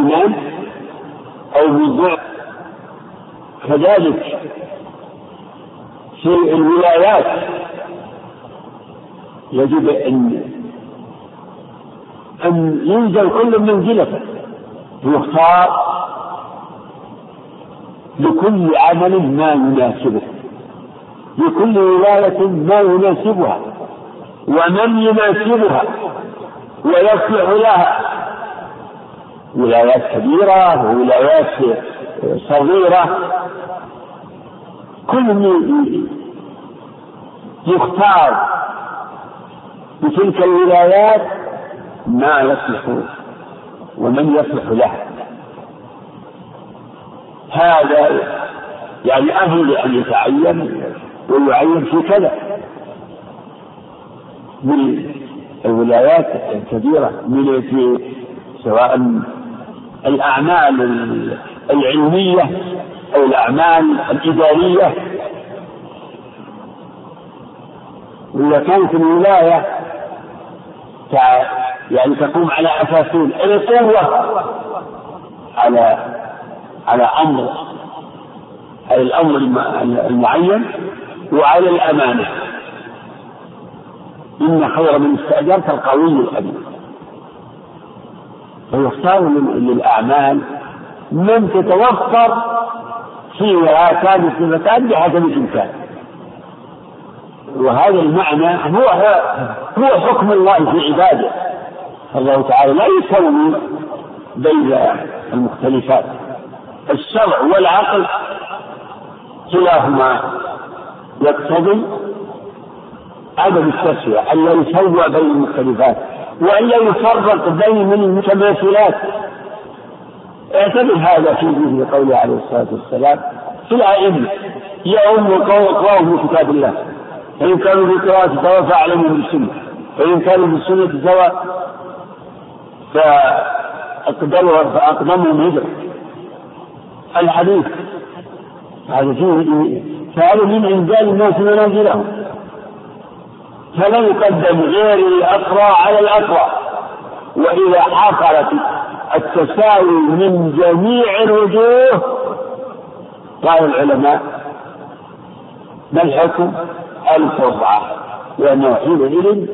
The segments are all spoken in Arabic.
الإيمان أو بالضعف. كذلك في الولايات يجب أن ينزل كل منزلته، يختار لكل عمل ما يناسبه، لكل ولاية ما يناسبها ومن يناسبها ويصلح لها. ولايات كبيرة وولايات صغيرة، كل يختار بتلك الولايات ما يصلح ومن يصلح لها. هذا يعني أهل أن يتعين ويعين في كذا من الولايات الكبيرة، من في سواء الأعمال العلمية أو الأعمال الإدارية. وإذا كانت الولاية يعني تقوم على أساسين: القوة على الأمر المعين، وعلى الأمانة. إن خير من استأجرت القوي الأمين. فيختار للأعمال من تتوفر فيها هاتان الصفتان بحسب الإمكان. وهذا المعنى هو حكم الله في عباده. الله تعالى لا يسوي بين المختلفات. الشرع والعقل كلاهما يقتضي عدم التسوية، أن لا يسوى بين المختلفات وأن لا يفرق بين المتماثلات. اعتبر هذا في قوله عليه الصلاة والسلام في الأئمة: يؤم قوم بكتاب الله، فإن كانوا بالقراءة سواء فأعلموا بالسنة، فإن كانوا بالسنة سواء فأقدمهم هجرة. الحديث هذا فيه فهذا من إنزال الناس منازلهم، فلا يقدم غير الأقرى على الأقرى. وإذا حصلت التساوي من جميع الوجوه قال العلماء: ما الحكم؟ الفرعة. لأنه حينئذ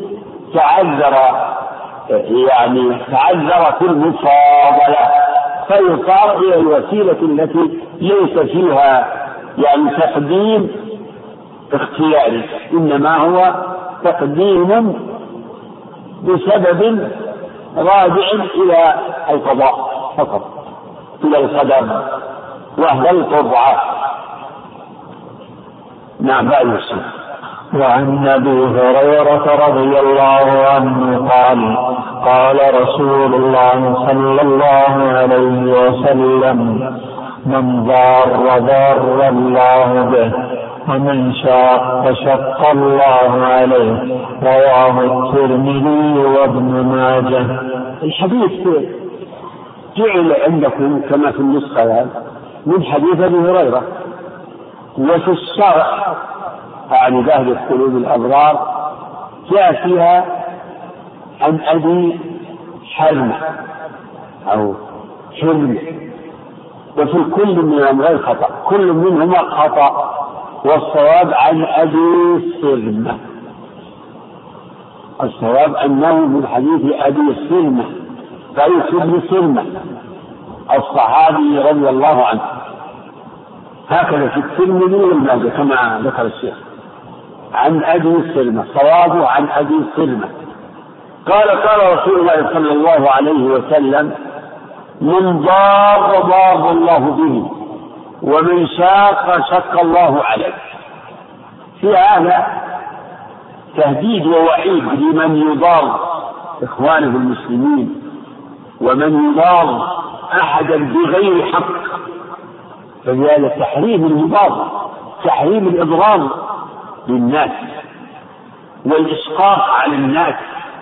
تعذر كل مفاضلة، فيصار إلى الوسيلة التي ليس فيها تقديم اختياري، إنما هو تقديم بسبب راجع إلى القضاء فقط، إلى القدر وهو القضاء. نعم. بعد الشيء. وعن أبي هريرة رضي الله عنه قال: قال رسول الله صلى الله عليه وسلم: من ضار الله به، ومن شاق شق الله عليه. رواه الترمذي وابن ماجه. الحديث جعل عندكم كما في النسخة من حديث أبي هريرة، وفي الشرع عن ذهب قلوب الأبرار جاء فيها عن أبي حرم أو حرم، وفي كل منهم غير خطأ، كل منهما خطأ، والصواب عن أبي سلمة. الصواب أنه من حديث أبي سلمة قيس بن سلمة الصحابي رضي الله عنه. هكذا في الترمذي والماجه كما ذكر الشيخ عن أبي سلمة، صوابه عن أبي سلمة قال: قال رسول الله صلى الله عليه وسلم: من ضار الله به، ومن شاق شق الله عليه. في هذا تهديد ووعيد لمن يضار إخوانه المسلمين، ومن يضار أحدا بغير حق، فلهذا تحريم المضار، تحريم الإضرار للناس والإشقاق على الناس،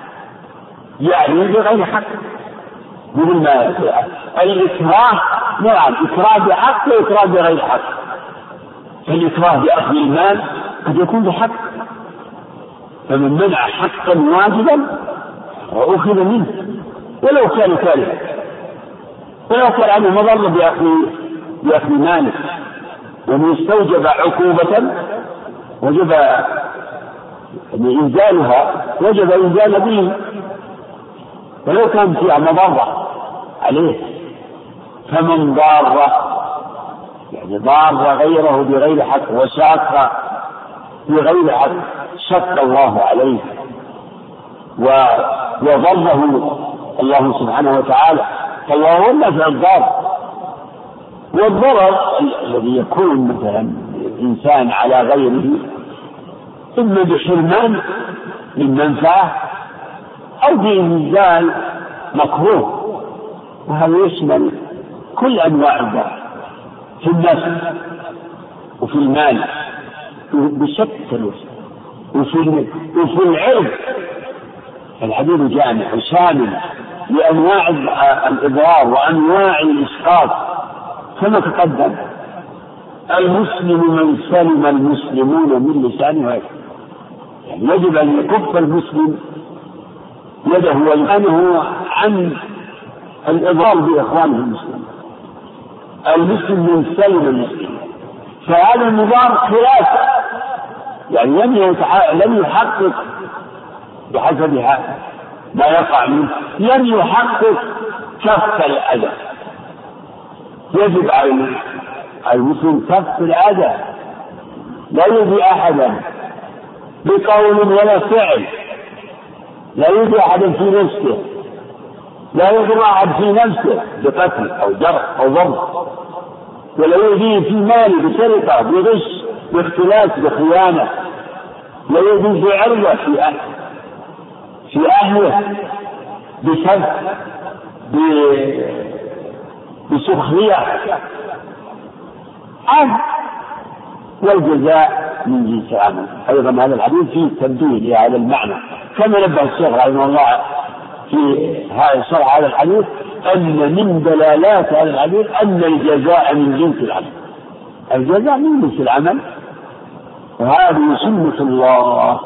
بغير حق. مثل ما الإكراه، نعم، إكراه بحق وإكراه بغير حق. الإكراه بأخذ المال قد يكون بحق، فمن منع حقا واجبا وأخذ منه ولو كان كارها. ولو كان عنه مضر بأخذ ماله ومن استوجب عقوبة وجب إنزالها وجب إنزال به، ولو كان فيها مضرة عليه. فمن ضار يعني ضار غيره بغير حق وشاق بغير حق شق الله عليه وضره الله سبحانه وتعالى، فالله هو النافع الضار. والضرر الذي يكون مثلا الإنسان على غيره إما بحرمان من منفعة أو بإنزال مكروه، وهذا يشمل كل أنواع الضرر في النفس وفي المال بشكل وفي العرض. الحديث جامع وشامل لأنواع الإضرار وأنواع الإسقاط كما تقدم. المسلم من سلم المسلمون من لسانه ويده، يعني يجب أن يكف المسلم يده ولسانه عن الإضرار بإخوانه المسلمين. المسلم من سلم المسلمين، فهذا المضار خلاف يعني لم يحقق بحسب هذا ما يقع منه، لم يحقق كف الأذى. يجب على المسلم كف الأذى، لا يؤذي أحدا بقول ولا فعل، لا يؤذي أحدا في نفسه، لا يضر أحد في نفسه بقتل أو جرح أو ضرب، ولا يؤذيه في ماله بسرقة بغش باختلاس بخيانة، لا يؤذيه في عرضه في أهله بسب بسخرية. والجزاء من جنس العمل. أيضا هذا الحديث فيه تنبيه لهذا المعنى، كما نبه الشيخ رحمه الله في شرح هذا الحديث أن من دلالات هذا الحديث أن الجزاء من جنس العمل، الجزاء من جنس العمل، وهذه سنة الله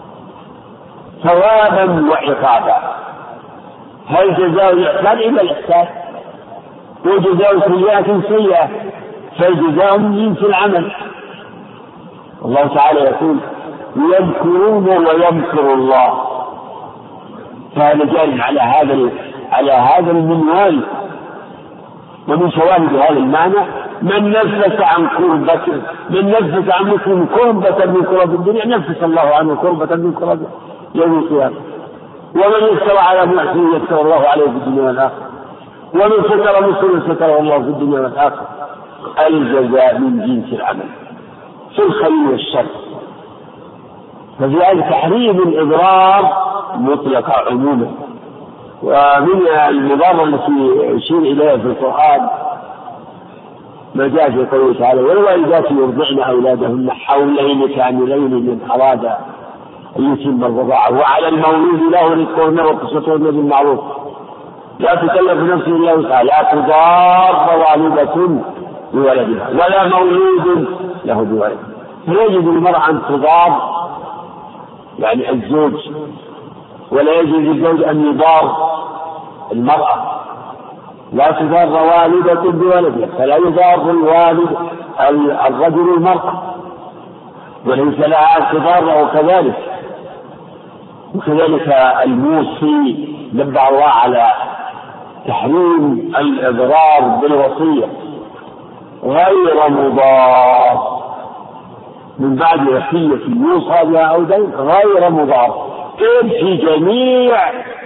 ثوابا وعقابا. هل جزاء الإحسان إلا الإحسان، وجزاء سيئة سيئة، فالجزاء من جنس العمل. الله تعالى يقول يمكرون ويمكر الله، فهذا جار على هذا المنوال. ومن شواهد هذا المعنى من نفس عن كربة، من نفس عن مسلم كربة من كرب الدنيا نفس الله عنه كربة من كرب يوم القيامة. ومن يستر على محسن يستر الله عليه في الدنيا والآخرة، ومن ستر مسلم ستره الله في الدنيا والآخرة. الجزاء من جنس العمل في الخير والشر. ففي هذا تحريم الإضرار مطلق عموما. ومن المضارة التي يشير إليها في القرآن ما جاء في قوله تعالى والوالدات يرضعن أولادهن حولين كاملين من أراد أن يتم الرضاعة وعلى المولود له رزقهن وكسوتهن بالمعروف لا تكلف نفس إلا وسعها لا تضار والدة بولدها ولا مولود له بولده. فيجب المرأة أن تضار يعني الزوج، ولا يجوز للزوج أن يضار المرأة. لا تضار والدة بولدها، فلا يضار الوالد الرجل المرأة، وليس لها أن تضاره كذلك. وكذلك الموصي نبه الله على تحريم الإضرار بالوصية غير مضار من بعد وصية يوصى بها أو دين غير مضار في جميع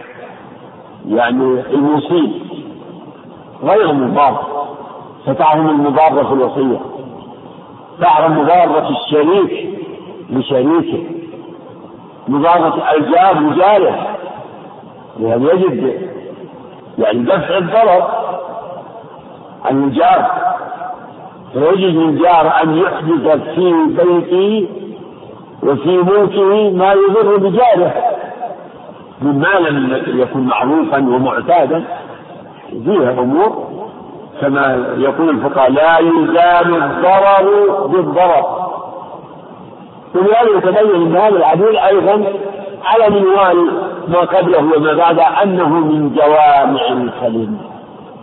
يعني الموصي غير مضار. فتعرم المضارة في الوصية، تعرم مضارة الشريك لشريكه، مضارة الجار لجاره، يعني يجب يعني دفع الضرر عن الجار. فيجب للجار أن يحدث في بيته وفي ملكه ما يضر بجاره مما لم يكن معروفا ومعتادا. فيها أمور كما يقول الفقهاء لا يزال الضرر بالضرر. ولهذا يتبين ان هذا العديل ايضا على منوال ما قبله وما بعده انه من جوامع الكلم،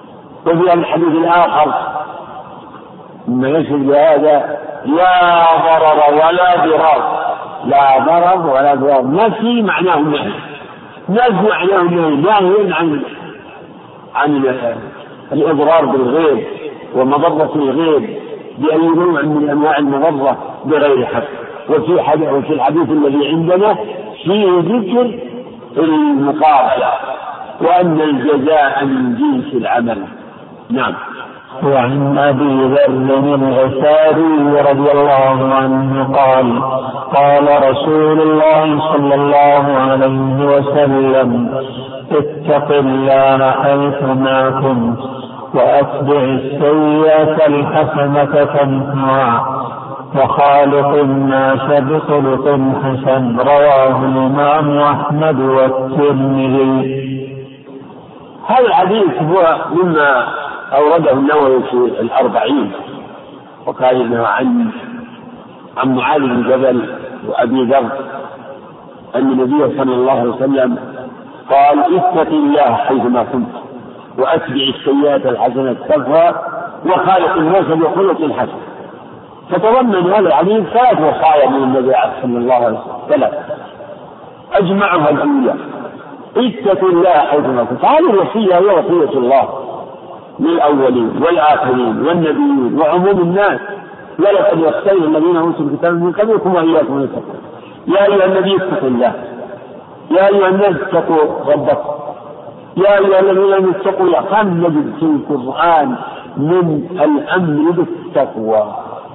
وفي الحديث الآخر مما يشهد بهذا: لا ضرر ولا ضرار. لا ضرر ولا ضرار، نفي معناه النهي، نفي معناه النهي، نهي عن الإضرار بالغير ومضرة الغير بأي نوع من أنواع المضرة بغير حق. وفي الحديث الذي عندنا فيه ذكر المقابلة وأن الجزاء من جنس العمل. نعم. وعن أبي ذر الغفاري رضي الله عنه قال: قال رسول الله صلى الله عليه وسلم: اتق الله حيثما كنت وأتبع السيئة الحسنة تمحها وخالق الناس بخلق حسن. رواه الإمام أحمد والترمذي. هذا الحديث هو مما أورده النووي في الأربعين، وقال إنه عن معاذ بن جبل وأبي ذر أن النبي صلى الله عليه وسلم قال: اتق الله حيثما كنت وأتبع السيئات الحسنة تمحها وخالق الناس بخلق حسن. فتضمن هذا الحديث 3 وصايا من النبي صلى الله عليه وسلم، أجمعها الأولى: اتقوا الله حيثما كنت. هذه الوصية هي وصية الله للأولين والآخرين والنبيين وعموم الناس: ولقد وصينا الذين أوتوا الكتاب من قبلكم وإياكم أن اتقوا. يا أيها النبي اتقوا الله، يا أيها الناس اتقوا ربكم، يا أيها الذين آمنوا اتقوا الله. كم نجد في القرآن من الأمر بالتقوى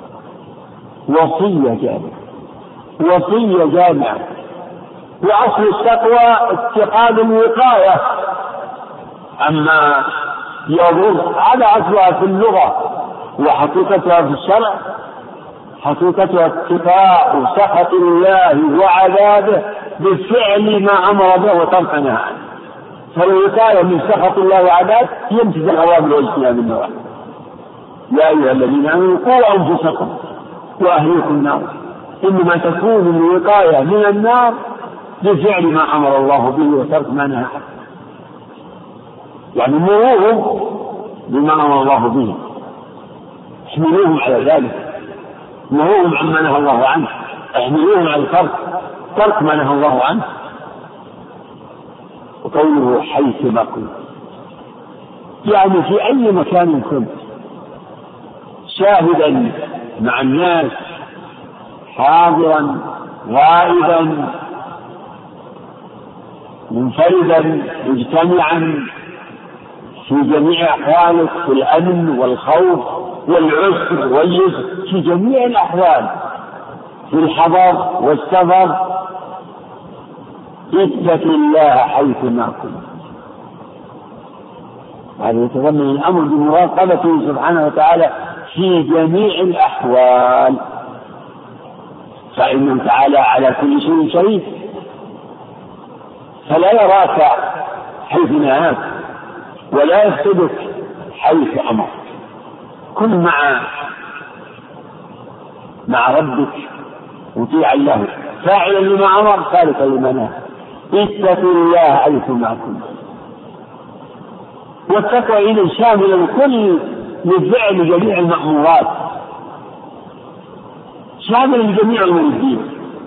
وصية جامعة. وأصل التقوى اتخاذ الوقاية أما يضر، هذا أصلها في اللغة، وحقيقتها في الشرع حقيقتها اتقاء سخط الله وعذابه بفعل ما أمر به وترك نهى عنه. فالوقاية من سخط الله وعذابه يمتثل الأوامر واجتناب النواهي. يا أيها الذين آمنوا قوا أنفسكم وأهليكم النار. إنما تكون الوقاية من النار بفعل ما أمر الله به وترك ما نهى عنه، يعني مروهم بما أمر الله به، احملوهم على ذلك، نهوهم عما نهى الله عنه، احملوهم على ترك ما نهى الله عنه. وقوله حيثما كنت، يعني في أي مكان كنت، شاهدا مع الناس، حاضرا غائبا، منفردا مجتمعا، في جميع أحوالك، في الأمن والخوف والعسر واليسر، في جميع الأحوال، في الحضر والسفر، اتق الله حيثما كنت. هذا يتضمن الأمر بمراقبته سبحانه وتعالى في جميع الأحوال، فإنه تعالى على كل شيء شهيد، فلا يراك حيث نهاك ولا يفسدك حيث أمر. كن مع ربك مطيعا له، فاعلا لما أمر تاركا لما نهى. اتقوا الله حيثما كنت. والتقوى إذن شاملا كل لفعل جميع المأمورات، شامل لجميع المريدين.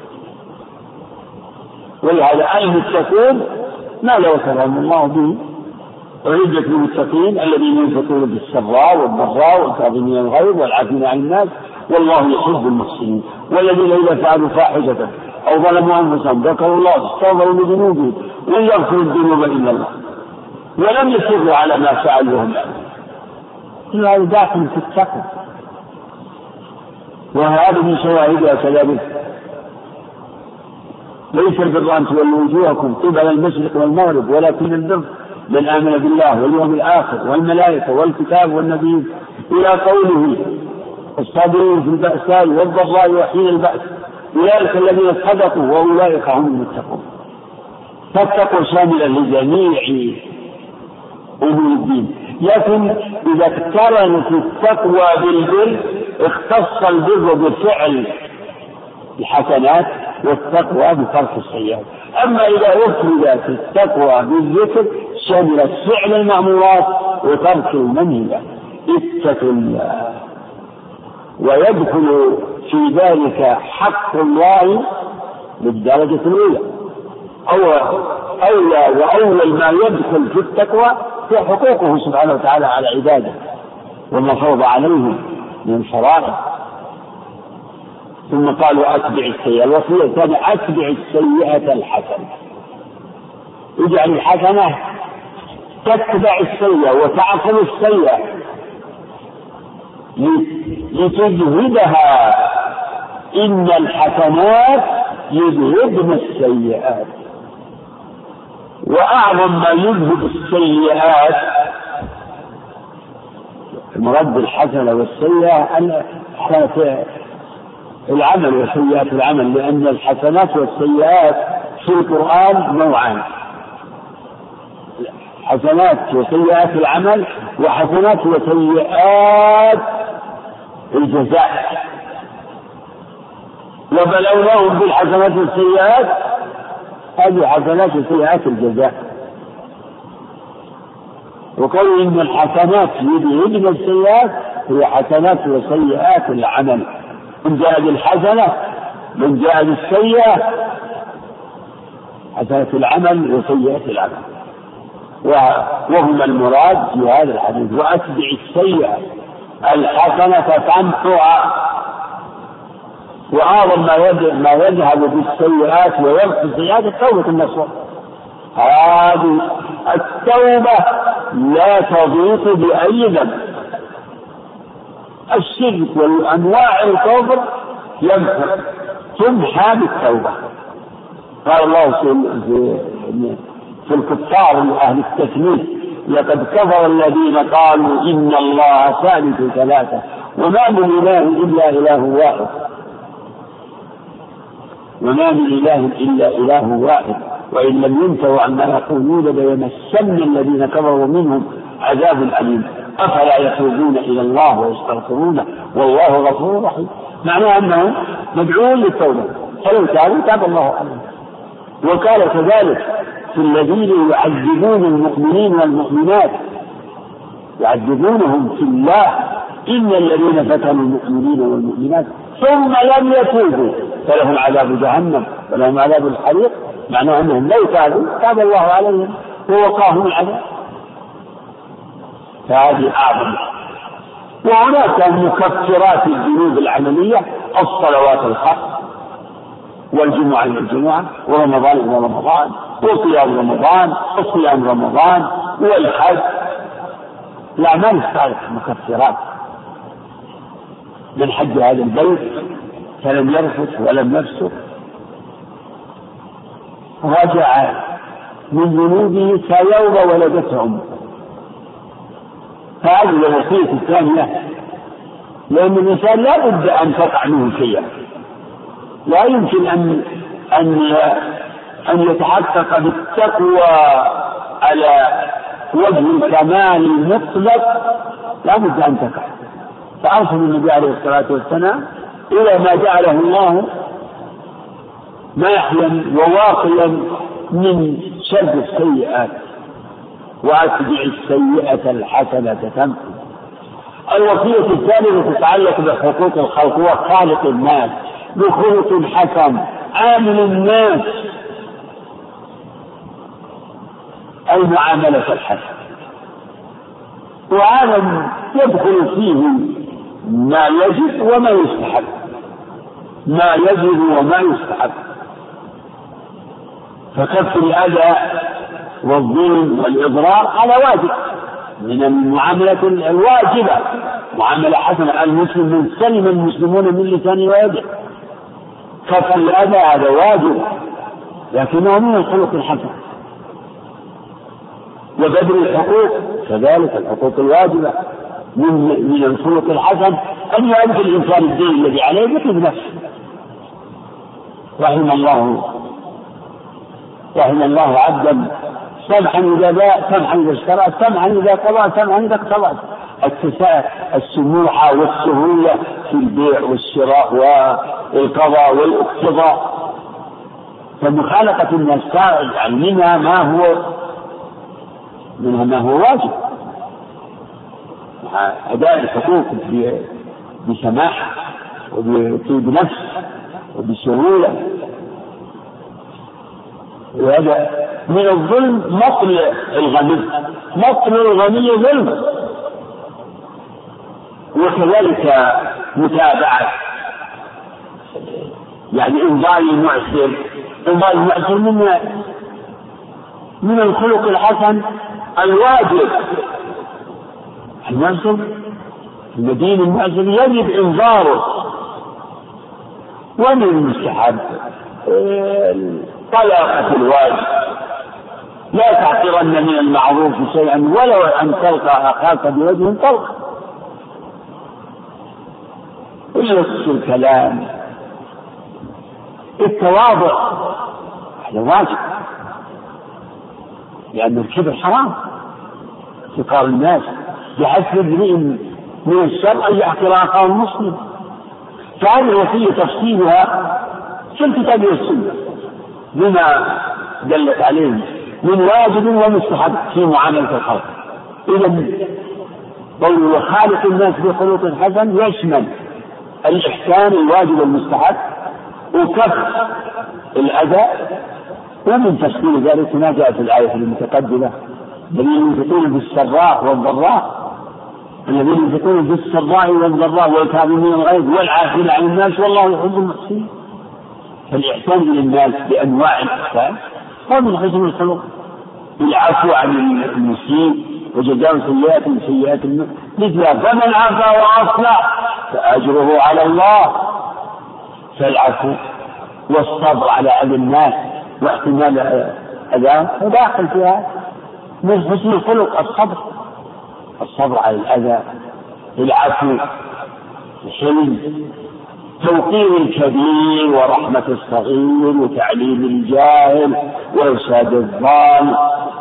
ولهذا المتقون ما لا وصفهم الله به، أعدت للمتقين الذين ينفقون بالسراء والضراء والكاظمين الغيظ والعافين عن الناس والله يحب المحسنين. والذين إذا فعلوا فاحشة أو ظلموا أنفسهم ذكروا الله فاستغفروا لذنوبهم وإن يغفر الذنوب إلا الله ولم يصروا على ما فعلوا وهم يعلمون. هذا داخل في التقوى، وهذا من شواهدها كذلك. ليس البر أن تولوا وجوهكم قبل المشرق والمغرب ولكن البر من آمن بالله واليوم الآخر والملائكة والكتاب والنبيين إلى قوله الصابرين في البأساء والضراء وحين البأس أولئك الذين صدقوا وأولئك هم المتقون. فالتقوى شاملة لجميع أمور الدين، لكن إذا اقترنت التقوى بالبر اختص البر بفعل الحسنات والتقوى بترك السيئات. أما إذا أفردت التقوى بالذكر شملت فعل المأمورات وترك المنهيات. اتقوا الله. ويدخل في ذلك حق الله بالدرجة الأولى. أول ما يدخل في التقوى في حقوقه سبحانه وتعالى على عباده وما فرض عليهم من الشرائع. ثم قالوا أتبع السيئة. الوصية الثانية أتبع السيئة الحسنة. اجعل الحسنة تتبع السيئة وتعقل السيئة لتجهدها. إن الحسنات يذهبن السيئات. وأعظم ما يذهب السيئات المرد الحسنة والسيئة العمل وسيئات العمل، لأن الحسنات والسيئات في القرآن نوعان: حسنات وسيئات العمل، وحسنات وسيئات الجزاء. وبلوناهم بالحسنات والسيئات، هذه حسنات وسيئات الجزاء. وقالوا إن الحسنات يذهبن السيئات هي حسنات وسيئات العمل. من جاء بالحسنة من جاء بالسيئة، حسنة العمل وسيئة العمل، وهما المراد في هذا الحديث. وأتبع السيئة الحسنة تمحها. وأعظم ما يذهب بالسيئات ويرفع السيئات التوبة النصوح. هذه التوبة لا تضيق بأي ذنب. الشرك والأنواع الكفر تمحى بالتوبة. قال الله في الكفار أهل التكليف: لقد كفر الذين قالوا إن الله ثالث ثلاثة وما من إله إلا إله واحد. وما من إله إلا إله واحد وإن لم ينتهوا عما يقولون ليمسن الذين كفروا منهم عذاب أليم. أفلا يتوبون إلى الله ويستغفرونه والله غفور رحيم. معناه أنه مدعو للتوبة، فلو تابوا تاب الله عليهم. وقال كذلك في الذين يعذبون المؤمنين والمؤمنات، يعذبونهم في الله: إن الذين فتنوا المؤمنين والمؤمنات ثم لم يتوبوا فلهم عذاب جهنم ولهم عذاب الحريق. معناه أنهم لو تابوا تاب الله عليهم ووقاهم العذاب. فهذه أعظم. وهناك مكفرات الذنوب العملية: الصلوات الخمس، والجمعة إلى الجمعة، ورمضان إلى رمضان، وصيام رمضان، وصيام رمضان، والحج. الأعمال الصالحة مكفرات. من حج هذا البيت فلم يرفث ولم يفسق رجع من ذنوبه كيوم ولدته أمه. هذه الوصية الثانية، لأن الإنسان لا بد أن تقع منه شيئا. لا يمكن أن يتحقق بالتقوى على وجه الكمال المطلق، لا بد أن تقع. فأرسل النبي عليه الصلاة والسلام إلى ما جعله الله ماحيا وواقيا من شر السيئات. وأتبع السيئة الحسنة تمحها. الوصية الثالثة تتعلق بحقوق الخلق وخالق الناس بخلق حسن عامل الناس، المعاملة الحسنة. وهذا يدخل فيه ما يجب وما يستحب، ما يجب وما يستحب. فكف الأذى والظلم والإضرار على واجب من المعاملة الواجبة، معاملة حسنة. المسلم من سلم المسلمون من لسانه ويده. كف الأذى هذا واجب، لكنه من الخلق الحسن. وبذل الحقوق كذلك، الحقوق الواجبة من الخلق الحسن. أن يعرف الإنسان الدين الذي عليه بحب نفسه. رحم الله عبدا سمحا إذا باع، سمحا إذا اشترى، سمحا إذا قضى، سمحا إذا اقتضى. السموحة والسهولة في البيع والشراء والقضاء والاقتضاء. فمخالقة الناس يعني منها ما هو واجب، أداء الحقوق بسماح وبطيب نفس وبسهولة. وهذا من الظلم مطل الغني ظلم. وكذلك متابعة يعني إنظار المعسر من الخلق الحسن الواجب. المعسر المدين المعسر يجب إنظاره. ومن المستحب طلاقة الواجب، لا تعطرن من المعروف شيئا ولو أن تلقى أخاك بوجه طلق. يلص الكلام، التواضع هذا واجب، لأن الكبر حرام، احتقار الناس بحسب امرئ من الشر أن يحقر أخاه المسلم. فهذه الوصية تفصيلها في الكتاب والسنة بما دلت عليه من واجب ومستحب في معاملة الخلق. إذا قوله وخالق الناس بخلق حسن يشمل الإحسان الواجب والمستحب وكف الأذى. ومن تفصيل ذلك ما جاءت الآية المتقدمة الذين ينفقون بالسراء والضراء والكاظمين الغيظ والعافين عن الناس والله يحب المحسنين. فالإحسان للناس بأنواع الإحسان هو من حسن الخلق، العفو عن المسيء وجزاء سيئات مثلها فمن عفا وأصلح فأجره على الله. فالعفو والصبر على أذى الناس واحتمال أذى وداخل فيها من حسن الخلق الصبر على الأذى، العفو، الحلم، توقير الكبير ورحمة الصغير وتعليم الجاهل وإرشاد الضال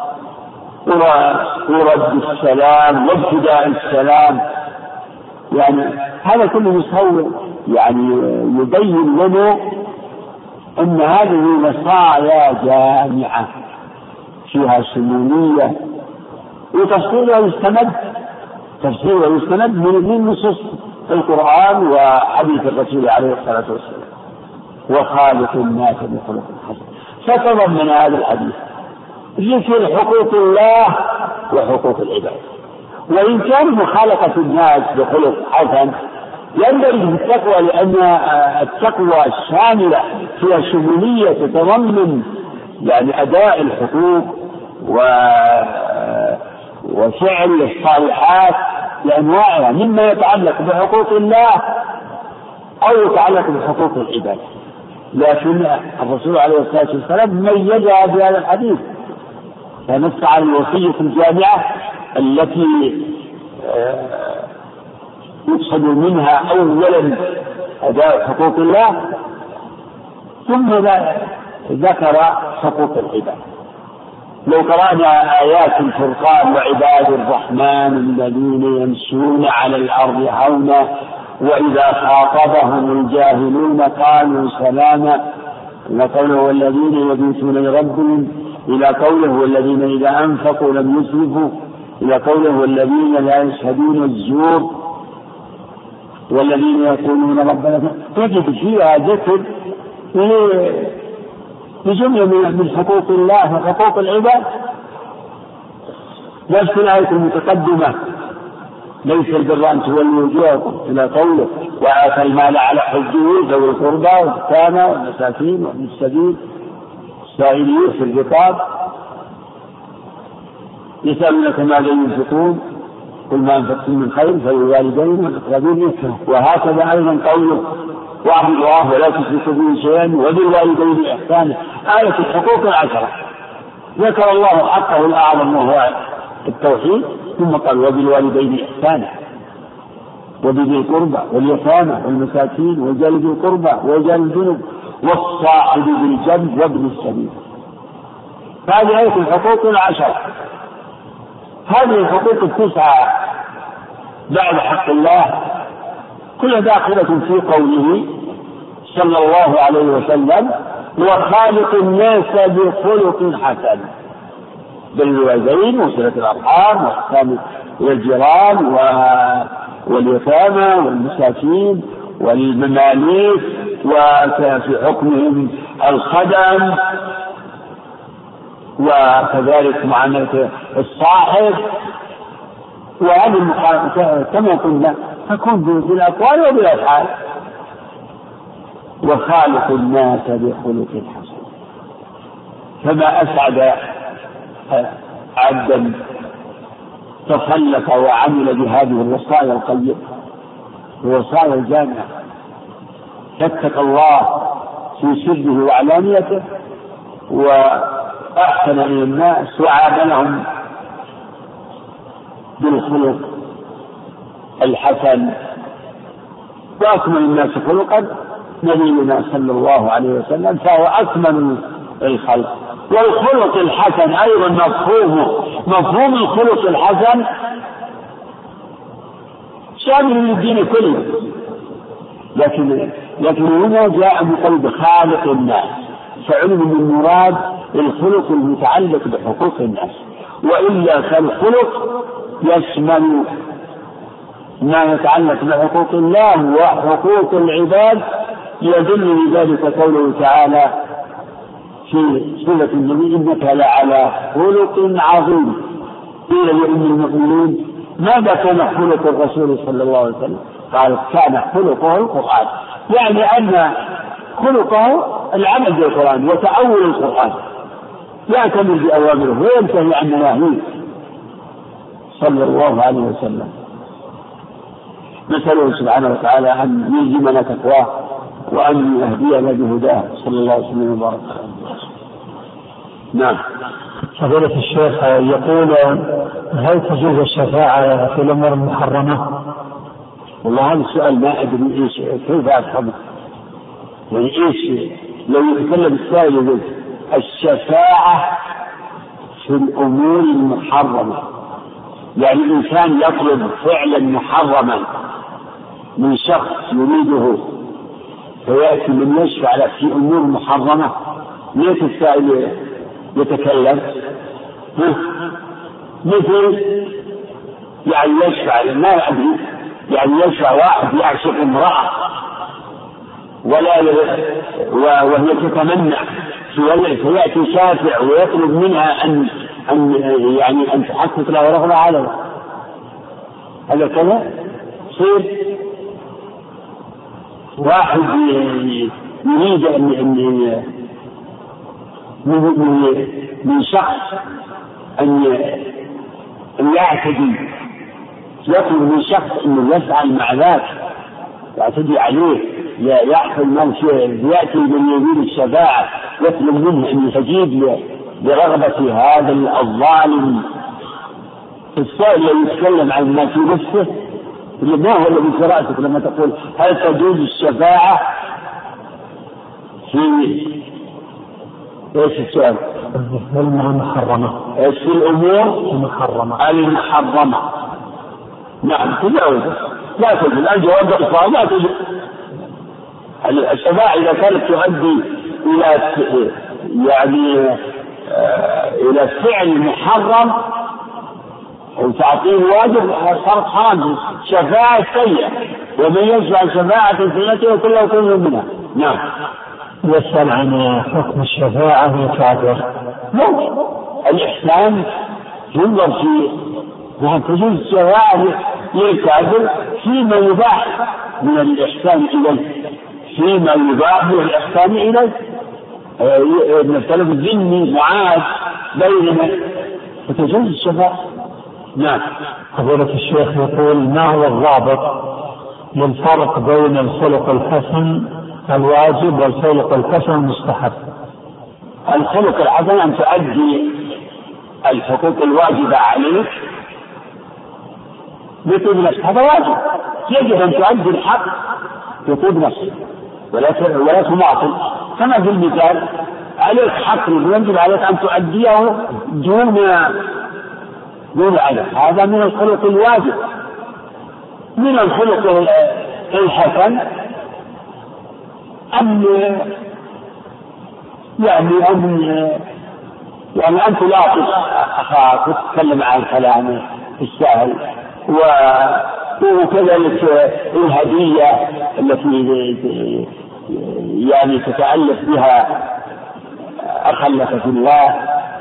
ورد السلام وابتداء السلام. يعني هذا كله مصور يعني يبين لنا أن هذه وصايا جامعة فيها شمولية، وتفصيلها يستمد من نصوص القرآن وحديث الرسول عليه الصلاة والسلام. وخالق الناس بخلق حسن، فتضمن هذا الحديث ذكر حقوق الله وحقوق العباد. وإن كان مخالقة الناس بخلق حسن يندرج في التقوى، لأن التقوى الشاملة فيها شمولية تتضمن يعني أداء الحقوق وفعل الصالحات لأنواعها مما يتعلق بحقوق الله أو يتعلق بحقوق العباد. لكن الرسول عليه الصلاة والسلام ميزها بهذا الحديث، فنص على الوصية الجامعة التي يقصد منها أولا أداء حقوق الله ثم ذكر حقوق العباد. لو قرأنا آيات الفرقان وعباد الرحمن الذين يمشون على الأرض هونا وإذا خاطبهم الجاهلون قالوا سلاما، إلى قوله والذين يبيتون لربهم، إلى قوله والذين إذا أنفقوا لم يسرفوا، إلى قوله والذين لا يشهدون الزور، والذين يقولون ربنا. تجد فيها ذكر بجملة من حقوق الله وحقوق العباد. نفس الآية المتقدمة ليس البر أن تولوا وجوهكم، إلى قوله وآتى المال على حبه ذوي القربى واليتامى والمساكين وابن السبيل السائلين في الرقاب يسألونك ماذا ينفقون قل ما أنفقتم من خير فللوالدين والأقربين. وهكذا أيضا قوله واعبدوا الله ولا تشركوا به شيئا وبالوالدين إحسانا. آية الحقوق العشرة ذكر الله حقه الأعظم وهو التوحيد، ثم قال وبالوالدين إحسانا وبذي القربى واليتامى والمساكين وجار ذي القربى وجار الجنب والصاحب بالجنب وابن السبيل. هذه آية الحقوق العشرة. هذه الحقوق التسعة بعد حق الله كلها داخلة في قوله صلى الله عليه وسلم وخالق الناس بخلق حسن، بالوالدين وصلة الأرحام وإحسان إلى الجيران واليتامى والمساكين والمماليك وفي حكمهم الخدم، وكذلك معاملة الصاحب. وهذه كما قلنا تكون بالأقوال وبالأفعال. وخالق الناس بخلق حسن، فما أسعد عبدا تخلف وعمل بهذه الوصايا القيمة، الوصايا الجامعة، فاتق الله في سره وعلانيته، وأحسن إلى الناس وعاملهم بالخلق الحسن. وأكمل الناس خلقا نبينا صلى الله عليه وسلم، فهو أكمل الخلق. والخلق الحسن أيضا مفهوم الخلق الحسن شامل للدين كله، لكن هنا جاء بقيد خالق الناس، فعلم من المراد الخلق المتعلق بحقوق الناس، وإلا فالخلق يشمل ما يتعلق بحقوق الله وحقوق العباد. يدل لذلك قوله تعالى في سورة النبي: إنك لعلى خلق عظيم. قيل لأم المؤمنين: ماذا كان خلق الرسول صلى الله عليه وسلم؟ قال: كان خلقه القرآن، يعني أن خلقه العمل بالقرآن وتأول القرآن، يعتمد بأوامره وينتهي عن نواهيه صلى الله عليه وسلم. نسأله سبحانه وتعالى أن يلزمنا تقواه وأن يهدينا بهداه صلى الله عليه وسلم وبارك عليه. نعم. فضيلة الشيخ يقول: هل تجوز الشفاعة في الأمور المحرمة؟ والله هذا السؤال ما أدري إيش كيف أفهمه، يعني إيش لو يتكلم السائل يقول الشفاعة في الأمور المحرمة، يعني الإنسان يطلب فعلا محرما من شخص يريده فيأتي من يشفع له في أمور محرمة، ليس السائل يتكلم مثل يعني يشفع، ما أدري، يعني يشفع واحد يعشق امرأة وهي تتمنى فيأتي شافع ويطلب منها أن تحقق له رغبة عليه، هذا كذا يصير. واحد يريد من شخص أن يعتدي، يطلب من شخص أنه يفعل مع ذاك، يعتدي عليه، يحصل من شيء، يأتي من يريد الشفاعة يطلب منه أن يستجيب لرغبة هذا الظالم. السائل يتكلم عن ما في نفسه، ما هو الذي في رأسك لما تقول هل تجوز الشفاعة في ايش السؤال؟ المحرمة، في الأمور المحرمة. نعم تجاوز، لا تجوز. الجواب بإطلاق لا تجوز. الشفاعة إذا كانت تؤدي إلى فعل محرم أو تعطيل واجب صارت حرام. شفاعة سيئة، ومن يشفع شفاعة سيئة كله كل منها. نعم. يسأل عن حكم الشفاعة للكافر. الإحسان ينظر في تجوز الشفاعة للكافر فيما يباح من الإحسان إليه، فيما يباح من الإحسان إليه. مثلا الذمي معاد بيننا فتجوز الشفاعة. نعم. فضيلة الشيخ يقول: ما هو الضابط للفرق بين الخلق الحسن الواجب والخلق الحسن المستحب؟ الخلق الحسن أن تؤدي الحقوق الواجبة عليك بطيب نفسك، هذا واجب، يجب أن تؤدي الحق بطيب نفسك ولا تماطل. كما في المثال عليك حق يجب عليك أن تؤديه دون عدم، هذا من الخلق الواجب. من الخلق الحسن أن يعني أن تلاطف أخاك وتتكلم عن كلامه السهل، وكذلك الهدية التي يعني تتألف بها أخا لك في الله،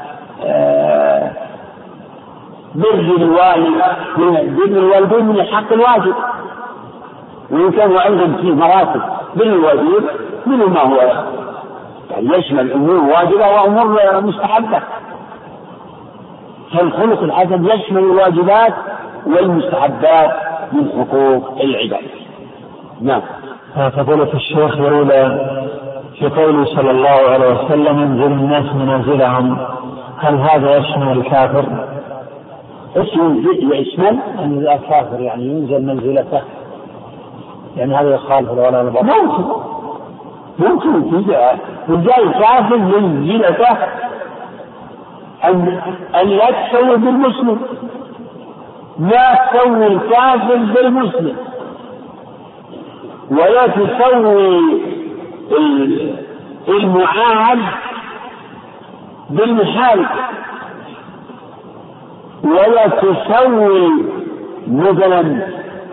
بر الوالدين من الحق الواجب، وإن كانوا عندهم في مراتب بر الواجب منه ما هو يعني يشمل أمور واجبة وأمور مستحبة، فالخلق الحسن يشمل الواجبات والمستحبات من حقوق العباد. نعم. فضيلة الشيخ يقول في قوله صلى الله عليه وسلم ينزل الناس منازلهم، هل هذا يشمل الكافر؟ يشمل الكافر يعني ينزل منزلته، يعني هذا يخالف الولاء والبراء. ممكن وجاء الكافر منزلته أن لا تسوي بالمسلم، لا تسوي الكافر بالمسلم، ولا تسوي المعاهد بالمحارب، ولا تسوي مثلا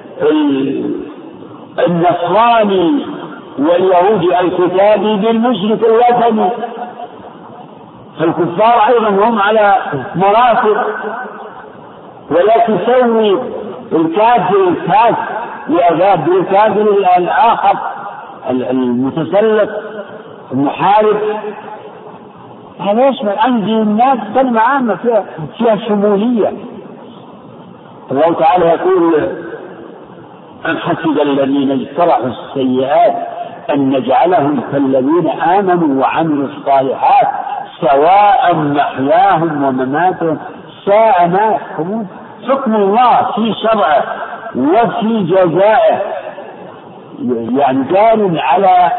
النصراني واليهودي الكتابي بالمشرك الوثني، فالكفار أيضا هم على مراتب، ولا تسوي الكافر لأذاب بالكافر الآخر المتسلط المحارب. هذا يشمل عندي الناس كلمة عامة فيها شمولية. الله تعالى يقول أم حسب الذين اجترحوا السيئات أن نجعلهم كالذين آمنوا وعملوا الصالحات سواء محياهم ومماتهم ساء ما يحكمون. حكم الله في شرعه وفي جزائه يعني دال على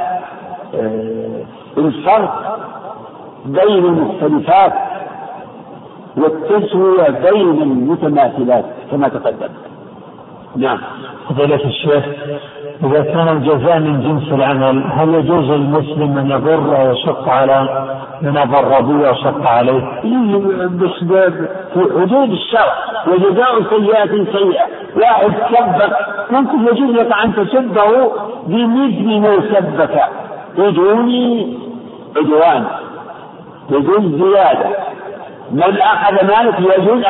الفرق بين المختلفات والتسوية بين المتماثلات كما تقدم. نعم. فضيلة الشيخ، إذا كان الجزاء من جنس العمل هل يجوز للمسلم أن يضر ويشق على من أضر به وشق عليه؟ بسبب في حدود الشرع، وجزاء سيئة سيئة. واحد سبك ممكن يجوز لك أن تسبه بمثل ما سبك بدون عدوان، يجوز زيادة. من أخذ مالك يجوز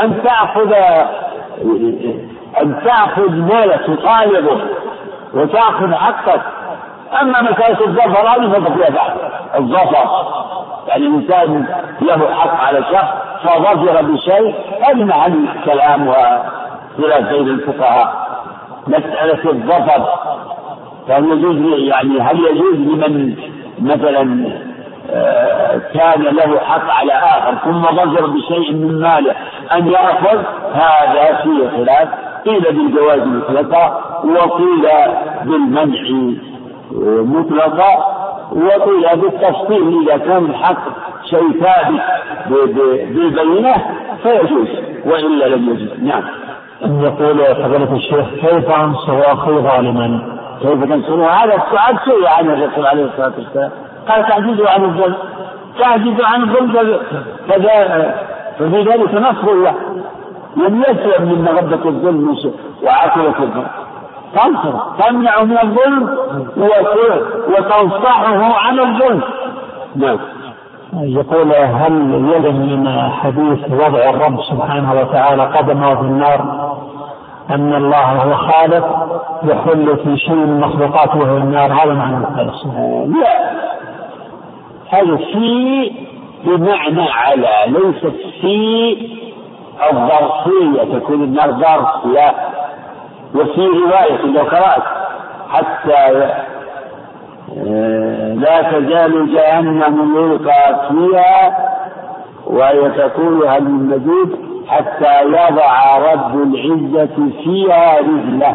أن تأخذ مالك تطالبه وتأخذ حقك. أما مسألة الظفر هذه فضل بعد الظفر، يعني الإنسان له حق على شخص فظفر بشيء، هذا محل كلام وخلاف بين الفقهاء. مسألة الظفر فهل يجوز يعني هل يجوز لمن مثلا كان له حق على آخر ثم ظفر بشيء من ماله أن يأخذ؟ هذا فيه خلاف، قيل بالجواز مطلقا وقيل بالمنع مطلقا وقيل بالتفصيل. إذا كان الحق شيء ثابت بالبينة فيجوز وإلا لم يجوز. نعم. يقول فضيلة الشيخ كيف أنصر أخي ظالما؟ كيف تنصره؟ هذا السؤال سئل عن الرسول عليه الصلاة والسلام، قال تعجزوا عن الظلم، تعجزوا عن الظلم ففي ذلك نصر الله. لم يسلم من مغبة الظلم وعاقبة الظلم، تنصر تمنع من الظلم وتنصحه عن الظلم. نعم. يقول هل يلزم من حديث وضع الرب سبحانه وتعالى قدمه في النار أن الله هو خالق يحل في شيء من مخلوقاته وهو النار؟ هذا معنى الحديث. لا، هذا في بمعنى على، ليست في الظرفية تكون النار ظرف، لا. وفي رواية لو قرأت حتى لا تزال جهنم يلقى فيها ويتقول هل من مزيد حتى يضع رب العزة فيها رجله.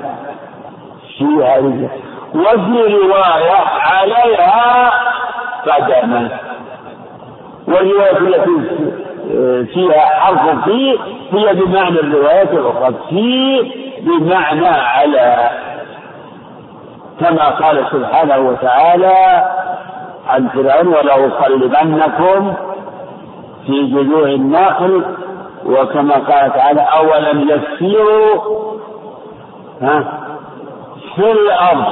وفي رواية عليها قدما. والرواية التي فيها حرف في هي بمعنى الروايات الأخرى، في بمعنى على، كما قال سبحانه وتعالى عن فرعون ولأصلبنكم في جذوع النخل، وكما قال تعالى أولم يسيروا في الأرض،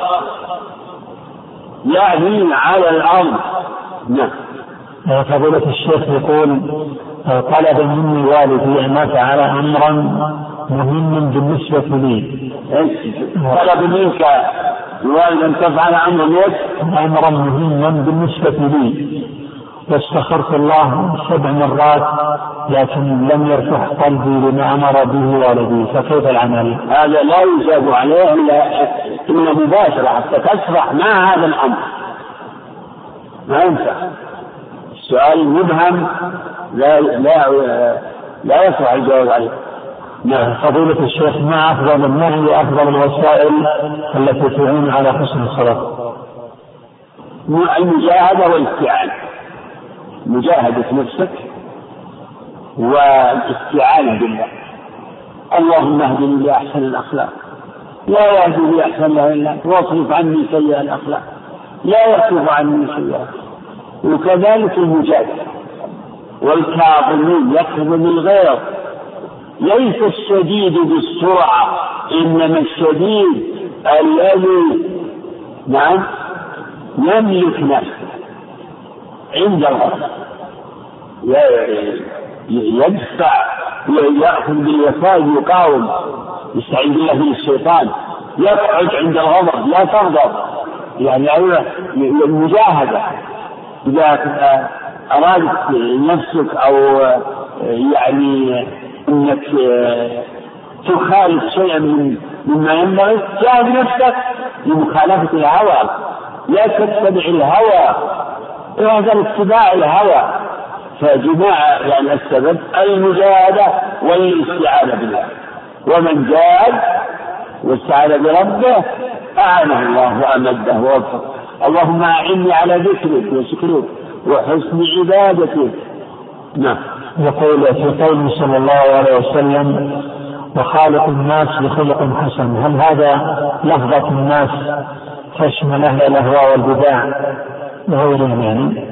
يعني على الأرض. نعم. فضيلة الشيخ يقول طلب مني والدي أن أفعل أمرا مهما بالنسبة لي. طلب منك الوالد أن تفعل أمرا مهما بالنسبة لي، واستخرت الله 7 مرات لكن لم يرتاح قلبي لما أمر به والدي، فكيف العمل؟ هذا لا يجاب عليه إلا مباشرة حتى تشرح ما هذا الأمر، ما ينفع. السؤال مبهم لا يصح الجواب عليه. نعم. فضيلة الشيخ، ما أفضل النهي وأفضل الوسائل التي تعين على حسن الصلاة؟ المجاهدة والاستعانة، مجاهدة نفسك والاستعانة بالله. اللهم اهدني لأحسن الأخلاق، لا يهدي لأحسن إلا أنت، واصرف عني سيئ الأخلاق، لا يصرف عني سيئة. وكذلك المجاهدة. والكاظمين يكظم الغيظ. ليس الشديد بالسرعة، إنما الشديد الذي يملك نفسه عند الغضب، يدفع ويأخذ بالوسائل، يقاوم، يستعين بالله من الشيطان، يقعد عند الغضب، لا تغضب. يعني المجاهدة إذا أرادت نفسك أو يعني أنك تخالف شيئا مما ينبغي، جاهد نفسك لمخالفة الهوى، لا تتبع الهوى، وهذا اتباع الهوى. فجماعة يعني السبب المجاهدة والاستعانة بالله، ومن جاهد واستعان بربه أعانه الله وأمده ووفقه. اللهم أعني على ذكرك وشكرك وحسن عبادتك. نعم. يقول في قوله صلى الله عليه وسلم وخالق الناس بخلق حسن، هل هذا لفظة الناس تشمل أهل الأهواء والبدع وغيرهم؟ يعني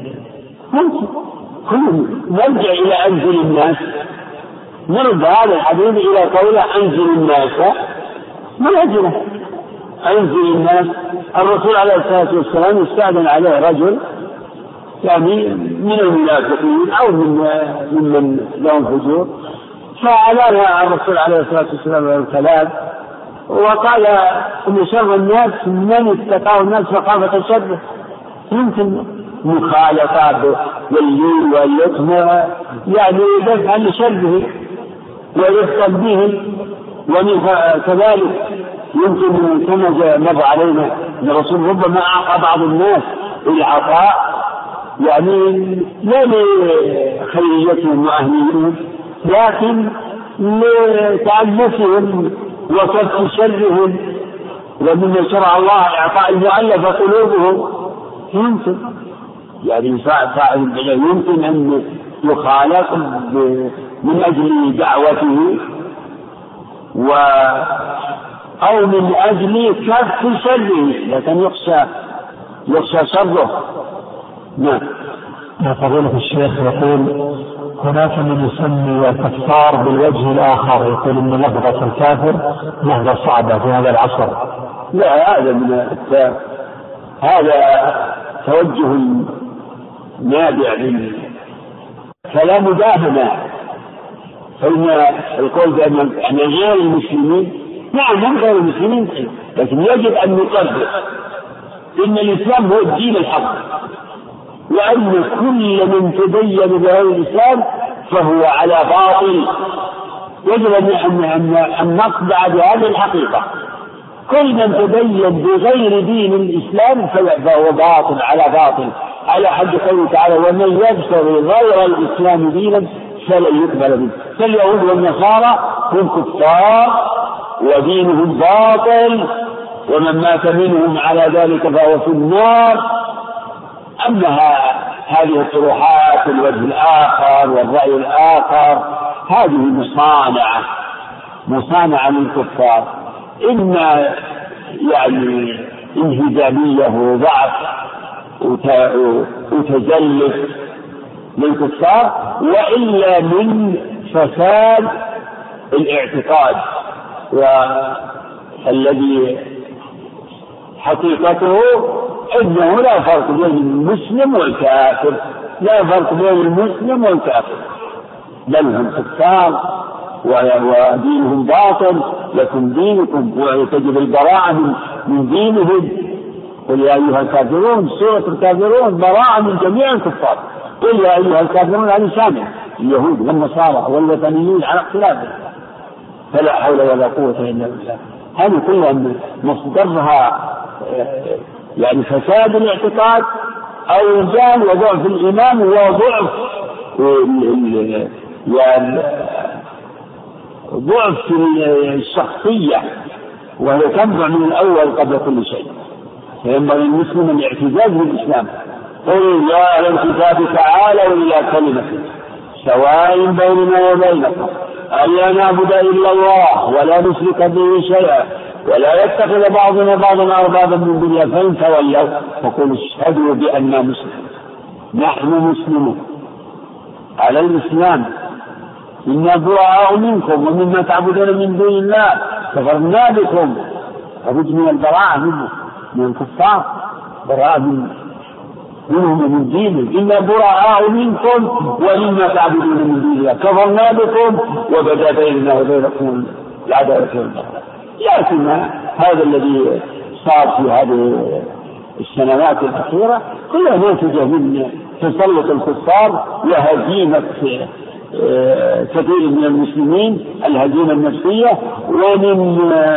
نرجع إلى أنزل الناس، نرد هذا الحديث إلى قوله أنزل الناس منازله. أنزل الناس، الرسول عليه الصلاة والسلام استأذن عليه رجل يعني من المنافقين أو ممن لهم فجور، فأعلنها الرسول عليه الصلاة والسلام الكلام، وقال إن شر الناس من اتقاه الناس مخافة الشر. يمكن مخالطة والليل واليتم يعني دفعا لشره ويفصل به. وكذلك يمكن كما مر علينا أن الرسول ربما أعطى بعض الناس العطاء يعني لا لخيريتهم وأهليتهم، لكن لتعلفهم وكف شرهم، ومما شرع الله إعطاء المؤلف قلوبهم. يمكن يعني فاعل يمكن أن يخالط من أجل دعوته أو من أجل كف شره، لكن يخشى شره. نعم. فضيلة الشيخ يقول هناك من يسمي الكفار بالوجه الآخر، يقول إن لفظة الكافر لفظة صعبة في هذا العصر. لا، هذا توجه نابع من كلام مداهمة. فإن القول بأن غير المسلمين، نعم هم غير المسلمين، لكن يجب أن نقدر إن الإسلام هو الدين الحق، وأن كل من تدين بغير الإسلام فهو على باطل. يجب أن نقبع بهذه الحقيقة. كل من تدين بغير دين الإسلام فهو باطل على باطل، على حد قوله تعالى ومن يبتغي غير الإسلام دينا فلن يقبل منه. فاليهود والنصارى هم كفار ودينهم باطل، ومن مات منهم على ذلك فهو في النار. أما هذه الطروحات الوجه الآخر والرأي الآخر هذه مصانعة من الكفار، إما يعني انهزامية وضعف وتجلد للكفار، وإلا من فساد الاعتقاد، والذي حقيقته أنه لا فرق بين المسلم والكافر، لا فرق بين المسلم والكافر، بل هم كفار ودينهم باطل، لكم دينكم، وتجب البراءة من دينهم. قل يا أيها الكافرون، سورة الكافرون براءة من جميع الكفار. قل يا أيها الكافرون هذه شامل اليهود والنصارى والوثنيين على اختلافهم، فلا حول ولا قوة إلا بالله. هذه كلها مصدرها يعني فساد الاعتقاد أو جهل وضعف الإيمان وضعف يعني ضعف الشخصية، وهي تنبع من الأول قبل كل شيء. فينبغي المسلم الاعتزاز بالإسلام. قل يا أهل الكتاب تعالوا إلى كلمة سواء بيننا وبينكم ألا نعبد إلا الله ولا نشرك به شيئا ولا يتخذ بعضنا بعضا أربابا من دون الله، فإن تولوا فقولوا اشهدوا بأننا مسلمون. نحن مسلمون على الإسلام، إنا براء منكم ومما تعبدون من دون الله كفرنا بكم. لابد من البراءة من الكفار، براءة منهم ومن دينهم. إنا براء منكم ومما تعبدون من دون الله كفرنا بكم وبدا بيننا وبينكم العداوة والبغضاء. لكن هذا الذي صار في هذه السنوات الأخيرة كلها ناتجة من تسلط الكفار وهزيمة كثير من المسلمين، الهزيمة النفسية، ومن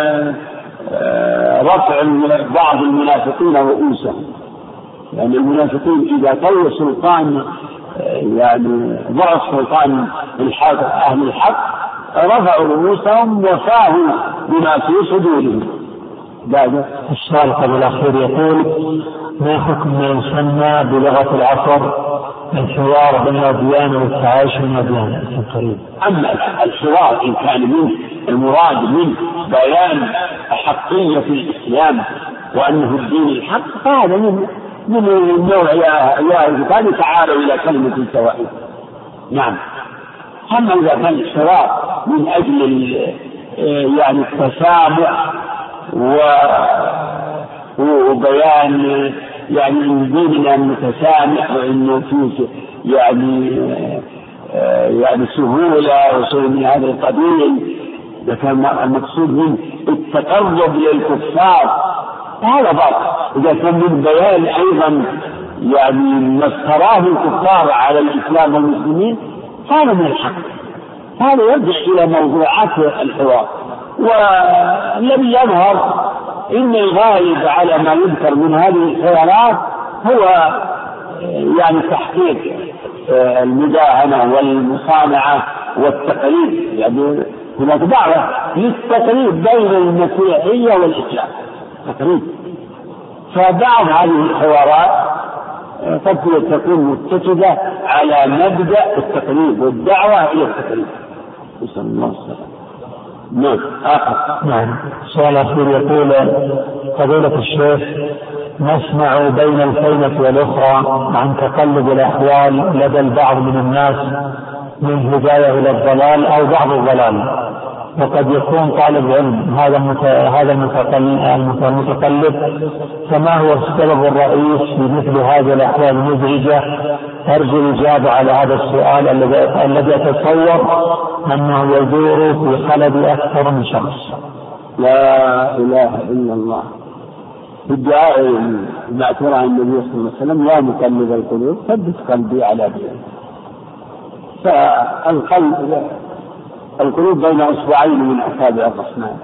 رفع بعض المنافقين رؤوسهم. يعني المنافقين إذا طوى سلطان يعني ضعف سلطان أهل الحق رفعوا رؤوسهم وفاهوا بما في صدورهم. بعد السؤال قبل الأخير يقول: ما حكم ما يسمى بلغة العصر الحوار بين الأديان والتعايش بين الأديان القريب؟ أما الحوار إن كان منه المراد منه بيان حقية الإسلام وأنه الدين الحق فهذا من النوع يا الكتاب تعالوا إلى كلمة سواء. نعم. أما إذا كان الحوار من أجل يعني التسامح وبيان يعني إن ديننا متسامح وإنه فيه يعني سهولة وشيء من هذا القبيل، إذا كان المقصود منه التقرب للكفار هذا باطل. إذا كان من بيان أيضا يعني ما افتراه الكفار على الإسلام والمسلمين هذا من الحق، هذا يرجع إلى موضوعات الحوار. والذي يظهر إن الغالب على ما يذكر من هذه الحوارات هو يعني تحقيق المداهنة والمصانعة والتقريب، يعني هناك دعوة للتقريب بين المسيحية والإسلام تقريب. فبعض هذه الحوارات قد تكون متجهة على مبدأ التقريب والدعوة إلى التقريب. نسأل الله السلامة. نعم. نعم. سؤال أخير يقول: فضيلة الشيخ، نسمع بين الكلمة والأخرى عن تقلب الأحوال لدى البعض من الناس من هداية إلى الضلال أو بعض الضلال، وقد يكون طالب علم هذا المتقلب، فما هو السبب الرئيس في مثل هذه الأحوال المزعجة؟ أرجو الإجابة على هذا السؤال الذي أتصور أنه يدور في قلب أكثر من شخص. لا إله إلا الله. في الدعاء المأثور عن النبي صلى الله عليه وسلم: يا مقلب القلوب ثبت قلبي على دينك. القلوب بين أصبعين من أصابع الرحمن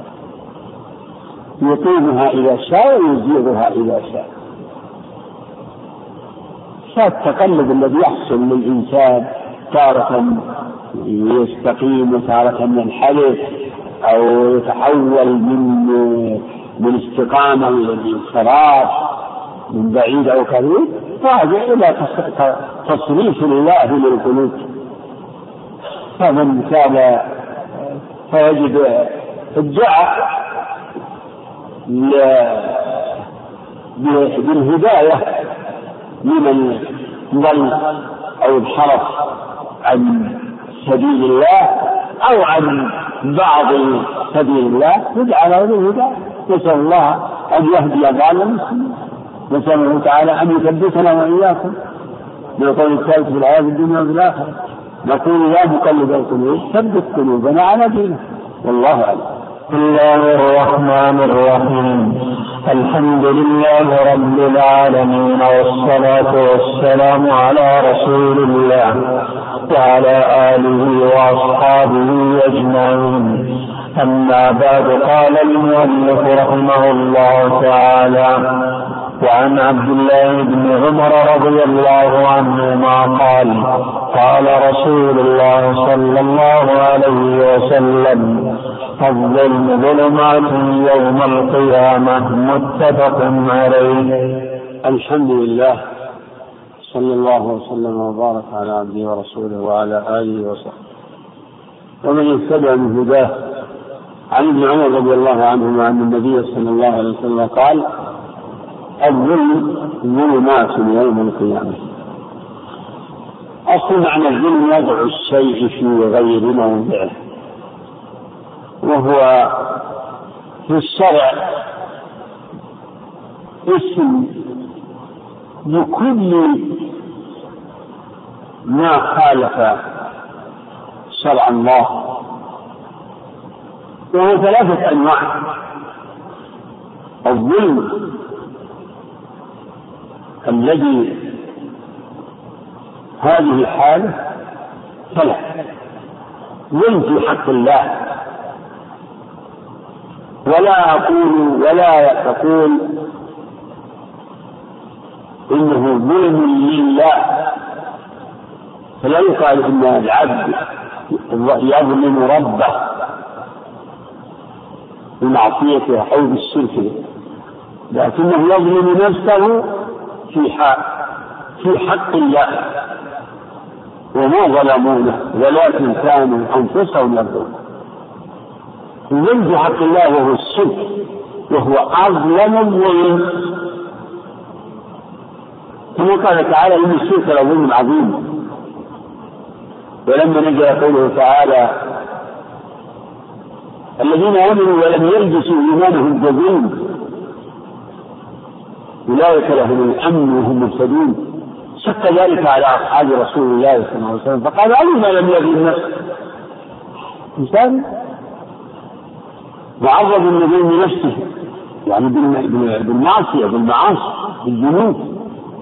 يقيمها إذا شاء ويزيغها إذا شاء. فالتقلب الذي يحصل للإنسان تارة يستقيم وتارة ينحرف أو يتحول من استقامة إلى انحراف من بعيد أو قريب، راجع إلى تصريف الله للقلوب. فمن كان فيجب الدعاء بالهداية لمن ضل أو انحرف عن سبيل الله أو عن بعض سبيل الله يجعل له الهدى. نسأل الله أن يهدي ضال المسلمين، نسأله تعالى أن يثبتنا وإياكم بالقول الثالث في الحياة الدنيا والآخرة. نقول يا مقلب القلوب ثبت قلوبنا على دينك، والله أعلم. بسم الله الرحمن الرحيم. الحمد لله رب العالمين، والصلاة والسلام على رسول الله وعلى آله وأصحابه أجمعين. أما بعد، قال المؤلف رحمه الله تعالى: وعن عبد الله بن عمر رضي الله عنهما قال: قال رسول الله صلى الله عليه وسلم: الظلم ظلمات يوم القيامة. متفق عليه. الحمد لله، صلى الله وسلم وبارك على عبده ورسوله وعلى آله وصحبه ومن يتبع من هداه. عن ابن عمر رضي الله عنهما أن النبي صلى الله عليه وسلم قال: الظلم ظلمات يوم القيامة. أصل معنى الظلم وضع الشيء في غير موضعه، وهو في الشرع اسم لكل ما خالف شرع الله، وهو ثلاثة أنواع. الظلم الذي هذه حاله ثلاث: ظلم في حق الله، ولا تقول إنه ظلم لله، فلا يقال إن العبد يظلم ربه بمعصيته أو بالشرك، لكنه يظلم نفسه في حق الله، وما ظلمونه ولكن كانوا أنفسهم يظلمون. الظلم في حق الله وهو الشرك، وهو أظلم الظلم، كما قال تعالى: إن الشرك لظلم عظيم. ولما نزل قوله تعالى: الذين آمنوا ولم يلبسوا إيمانهم بظلم أولئك لهم الأمن وهم مهتدون، شق ذلك على أصحاب رسول الله صلى الله عليه وسلم، فقال: أين لم يظلم نفسه؟ مثال معرض النبي لنفسه، يعني بالمعصية بالذنوب.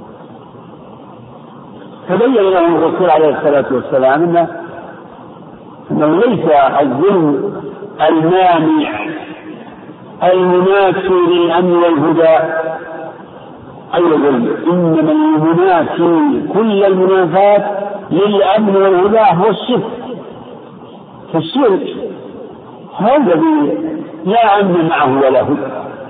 فبين له الرسول عليه الصلاة والسلام أنه ليس الظلم المانع المنافي للأمن والهدى أي ظلم، إنما المنافي كل المنافات للأمن والهدى هو الشرك. فالشرك هذا الذي لا أمن معه ولا هدى.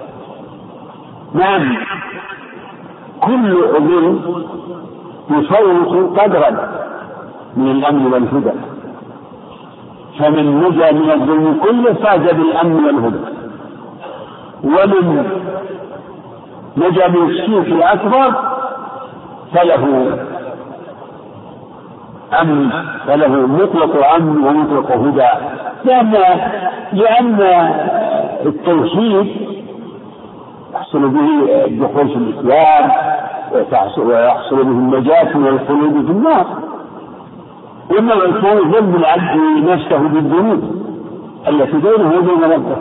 نعم، كل ظلم يفوق قدرا من الأمن والهدى، فمن نجا من الظلم كله فاز بالأمن والهدى، ومن نجا من الشرك الأكبر فله أمن، فله مطلق أمن ومطلق هدى، لأن التوحيد يحصل به الدخول في الإسلام ويحصل به النجاة من الخلود في النار. والنوع الثاني ظلم العبد نفسه بالذنوب التي بينه وبين ربه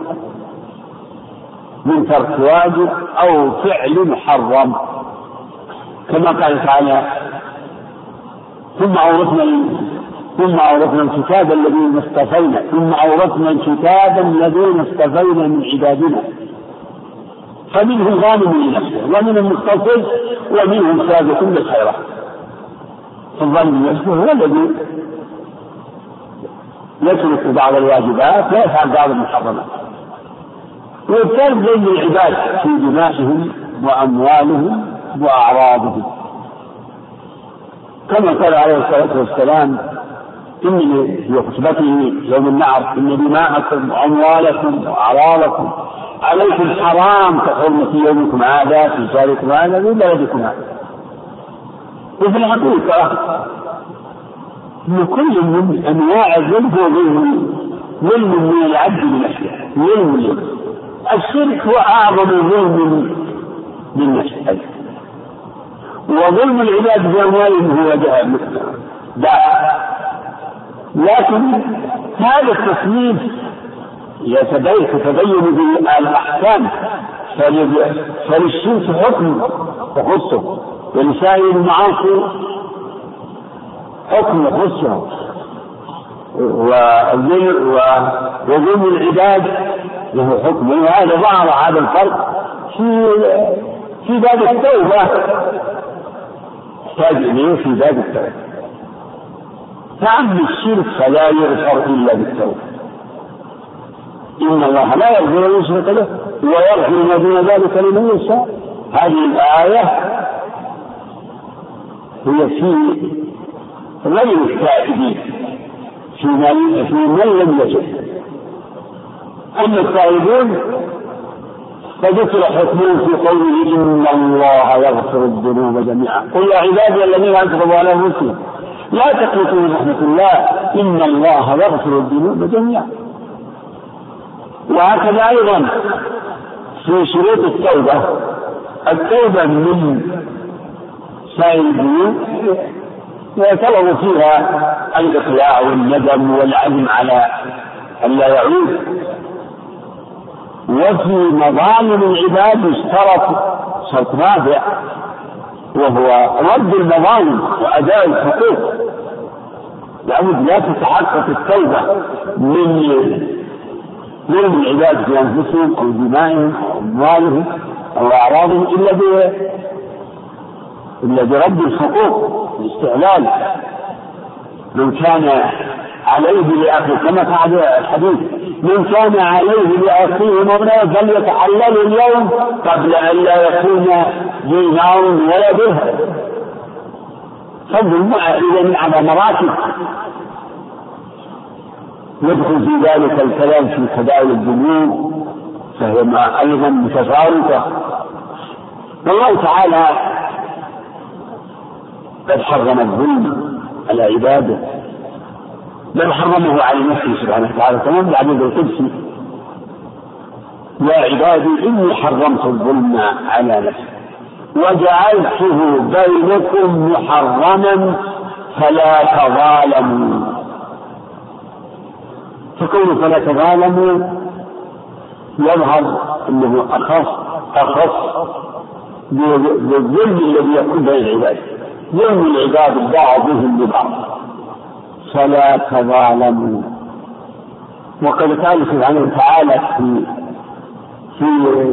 من ترك واجب أو فعل محرم، كما قال تعالى: ثم أورثنا الكتاب الذين اصطفينا من عبادنا فمنهم ظالم لنفسه ومنهم مقتصد ومنهم سابق بالخيرات. الظالم لنفسه هو الذي يترك بعض الواجبات ويفعل بعض المحرمات، والثالث بين العباد في دمائهم وأموالهم وأعراضهم، كما قال عليه الصلاة والسلام في خطبته يوم النحر: إن دماءكم وأموالكم وأعراضكم عليكم حرام كحرمة يومكم هذا في شهركم هذا في بلدكم هذا. وفي الحقيقة كل من أنواع الظلم هو ظلم من العبد بنفسه، ظلم. الشرك هو أعظم ظلم من نفسه، وظلم العباد بأموالهم هو داء. لكن هذا التصنيف تتبين به الأحكام، فللشرك حكم يخصه، ولسائر المعاصي حكم يخصه، وظلم العباد له حكم. وهذا ظهر هذا الفرق في باب التوبة، يحتاج إليه في باب التوبة. فعم الشرك فلا يغفر إلا بالتوبة، إن الله لا يغفر أن يشرك به ويغفر ما دون ذلك لمن يشاء. هذه الآية هي في غير التائبين، في من لم يتب. أما التائبون فذكر حكمهم في قوله إن الله يغفر الذنوب جميعا، قل يا عبادي الذين أسرفوا على أنفسهم لا تقنطوا من رحمة الله إن الله يغفر الذنوب جميعا. وهكذا أيضا في شروط التوبة من سائر الذنوب يعتبر فيها الإقلاع والندم والعزم على أن لا يعود. وفي مظالم العباد اشترط شرط رابع، وهو رد المظالم وأداء الحقوق. لابد لا تتحقق التوبة من العباد في أنفسهم أو دمائهم أو أموالهم أو أعراضهم إلا برد الحقوق، الاستعلال. من كان عليه لأخيه كما فعل الحديث، من كان عليه لأخيه مظلمة فليتحلل اليوم قبل أن لا يكون دينار ولا درهم. فالظلم إذا على مراتب، يدخل في ذلك الكلام في كبائر الذنوب، فهي أيضا متفاوتة. والله تعالى قد حرم الظلم على عباده، بل حرمه على نفسه سبحانه وتعالى كما في الحديث القدسي: يا عبادي إني حرمت الظلم على نفسي وجعلته بينكم محرما فلا تظالموا. فكون فلا تظالموا يظهر أنه أخص بالظلم الذي يكون بين العباد، ظلم العباد بعضهم ببعض فلا تظالموا. وقد قال سبحانه وتعالى في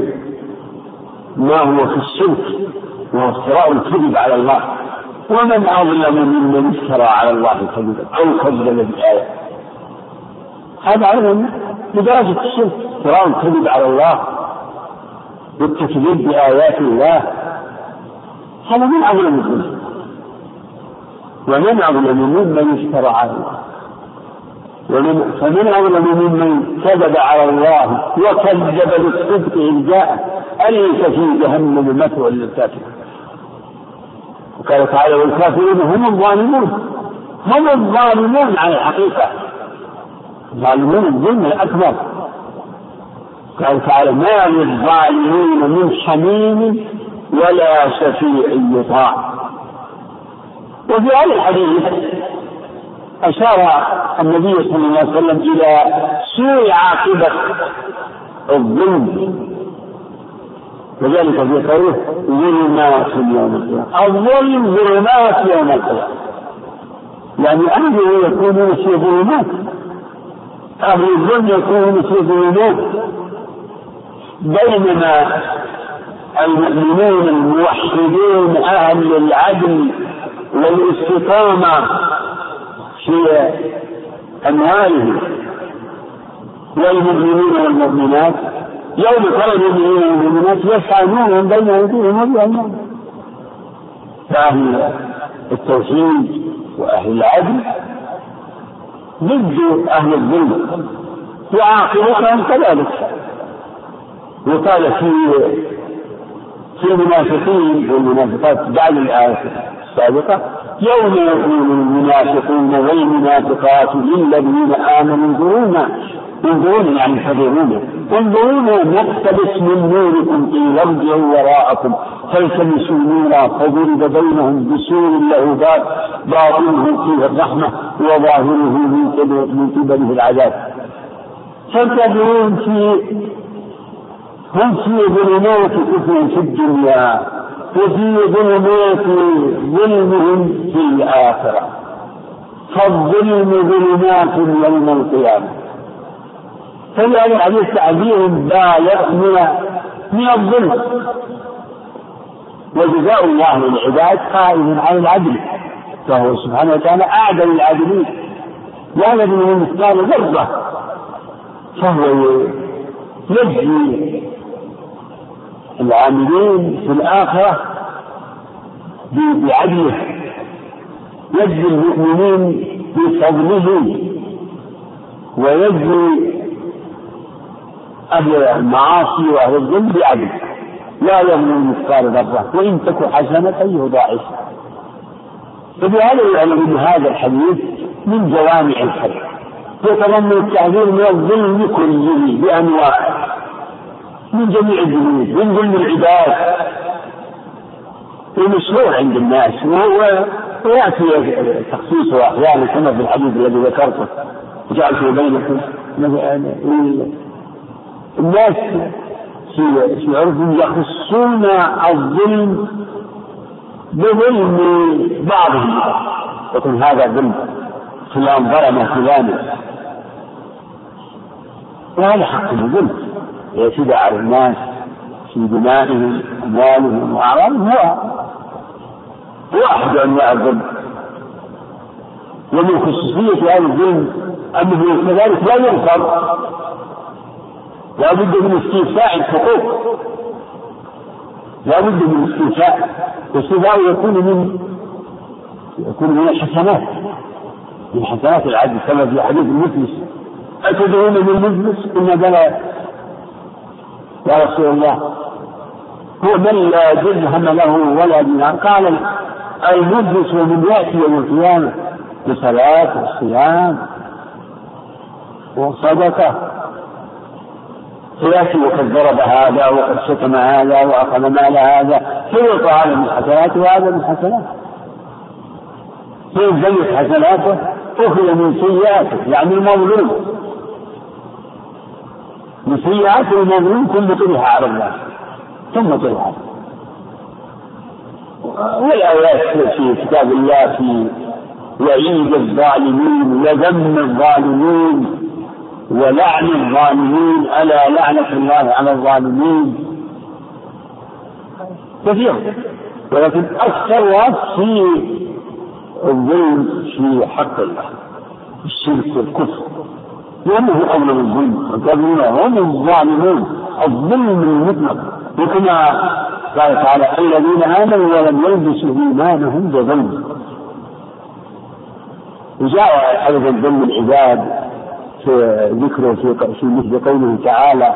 ما هو في الشرك وهو افتراء الكذب على الله: ومن أظلم ممن افترى على الله كذبا أو كذب بآية. هذا أيضا بدرجة الشرك، افتراء الكذب على الله والتكذيب بآيات الله، هذا من أظلم الظلم. ومن أظلم ممن افترى على الله، فمن أظلم ممن كذب على الله وكذب بالصدق إذ جاء أليس في جهنم مثوى للكافرين. وقال تعالى: والكافرون هم الظالمون على الحقيقة، ظالمون الظلم الأكبر. قال تعالى: ما للظالمين من حميم ولا شفيع يطاع. وفي هذا الحديث أشار النبي صلى الله عليه وسلم إلى سوء عاقبة الظلم، وذلك في قوله: ظلمات يوم القيامة. الظلم ظلمات يوم القيامة، يعني أهله يكونون في ظلمات، أهل الظلم يكونون في ظلمات، بينما المؤمنون الموحدون أهل العدل والاستقامة في أموالهم والمؤمنين والمؤمنات يوم ترى المؤمنين والمؤمنات يسعى نورهم بين أيديهم وبأيمانهم. فأهل التوحيد وأهل العدل ضد أهل الظلم وعاقبتهم كذلك. وقال في المنافقين والمنافقات بعد الآية: السابقة: يوم يقول المنافقون والمنافقات للذين آمنوا انظرونا يعني انظرونا نقتبس من نوركم قيل ارجعوا وراءكم فالتمسوا نورا فضرب بينهم بسور له باب باطنه فيه الرحمة وظاهره من قبله العذاب. فانتظرون هم في ظلمات كفر في الدنيا وفي ظلمات ظلمهم في الآخرة، فالظلم ظلمات يوم القيامة. فلذلك عليه تعبير بالغ من الظلم. وجزاء الله للعباد قائم على العدل، فهو سبحانه وتعالى أعدل العادلين، لا يظلم من مثقال ذرة، فهو يجزي العاملين في الآخرة بعدله، يجزي المؤمنين بفضله، ويجزي أهل المعاصي وأهل الظلم بعدل، لا يظلم مثقال ذرة وإن تك حسنة يضاعفها. فبهذا يعلم أن هذا الحديث من جوامع الخير، يتضمن التحذير من الظلم كله بأنواعه من جميع الذنوب، من ظلم العباد المشهور عند الناس، ويأتي تخصيصه أحيانا كما في الحديث الذي ذكرته: جعلت بينكم الناس في عرفهم يخصون الظلم بظلم بعضهم، يكون هذا ظلم فلان ظلم فلانا، وهذا حق الظلم يسير على الناس في دمائهم أموالهم وأعراضهم، هو واحد أنواع الظلم. ومن خصوصية هذا الظلم أنه كذلك لا يغفر، لا بد من استيفاء الحقوق، لا بد من استيفاء، واستيفاء يكون من الحسنات، من حسنات العدل، كما في حديث المفلس: أتدعون من المفلس؟ قلنا بلى يا رسول الله، هو من لا درهم له ولا دينار. قال: المفلس ومن يأتي يوم القيامة بصلاة وصيام وصدقة، فيأتي وقد ضرب هذا وقد شتم هذا وأخذ مال هذا، فيعطى هذا من حسناته وهذا من حسناته، فيزيد حسناته أخذ من سيئاته، يعني المظلوم من سيئات المظلوم ثم طرح على الله، ثم طرح. والآيات في كتاب الله في وعيد الظالمين وذم الظالمين ولعن الظالمين، ألا لعنة الله على الظالمين، كثير، ولكن أكثرها في الظلم في حق الله، الشرك والكفر، لأنه أولى الظلم، والكافرون هم الظالمون، الظلم المطلق. وكما قال تعالى: الذين آمنوا ولم يلبسوا إيمانهم بظلم. وجاء أيضا ظلم العباد في ذكره في مثل قوله تعالى: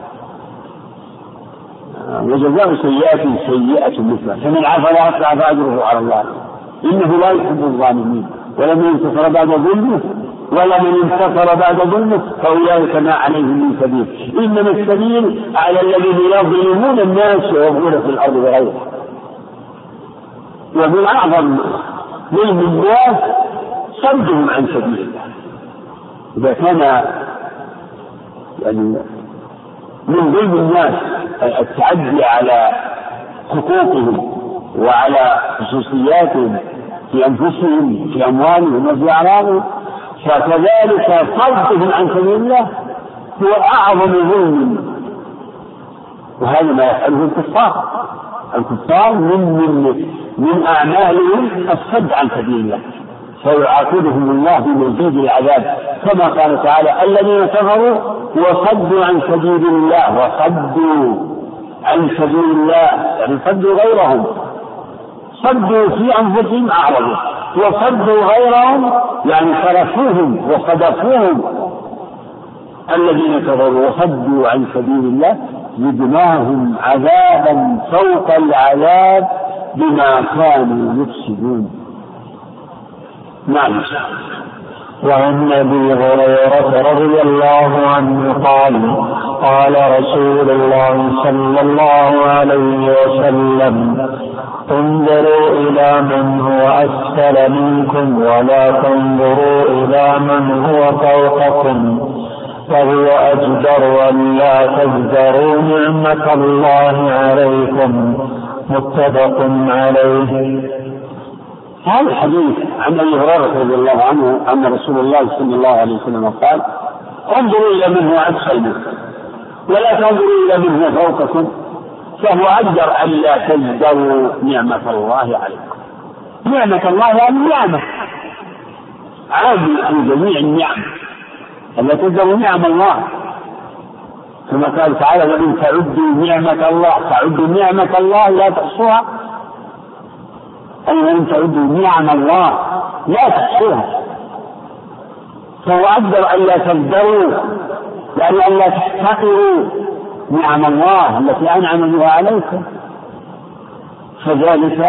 وجزاء سيئة سيئة مثلها فمن عفا وأصلح فأجره على الله إنه لا يحب الظالمين ولمن انتصر بعد ظلمه فأولئك ما عليهم من سبيل إنما السبيل على الذين يظلمون الناس ويبغون في الأرض بغيره. ومن أعظم ظلم الناس صدهم عن سبيل الله. إذا كان يعني من ظلم الناس التعدي على حقوقهم وعلى خصوصياتهم في أنفسهم في أموالهم وفي أعراضهم، فكذلك صدهم عن سبيل الله هو أعظم ظلم. وهذا ما يفعله الكفار من أعمالهم الصد عن سبيل الله، فيعاقبهم الله بمزيد العذاب، كما قال تعالى: الذين كفروا وصدوا عن سبيل الله يعني صدوا غيرهم، صدوا في أنفسهم أعرضوا، وصدوا غيرهم يعني صرفوهم وصدفوهم. الذين كفروا وصدوا عن سبيل الله زدناهم عذابا فوق العذاب بما كانوا يفسدون. نعم. وعن أبي هريرة رضي الله عنه قال رسول الله صلى الله عليه وسلم: انظروا إلى من هو أسفل منكم ولا تنظروا إلى من هو فوقكم، فهو أجدر أن لا تزدروا نعمة الله عليكم. متفق عليه. هذا الحديث عن أبي هريرة رضي الله عنه أن رسول الله صلى الله عليه وسلم قال: انظروا إلى من هو أسفل منكم ولا تنظروا إلى من هو فوقكم، فهو أقدر أن لا تزدروا نعمة الله عليكم. نعمة الله يعني نعمة عامة عن جميع النعم، ألا تزدروا نعم الله، كما قال تعالى: وإن تعدوا نعمة الله لا تحصوها. أي وإن تعدوا نعم الله لا تحصوها، فهو أقدر أن لا تزدروا، لأن ألا تحتقروا نعم الله التي أنعم بها عليكم، فذلك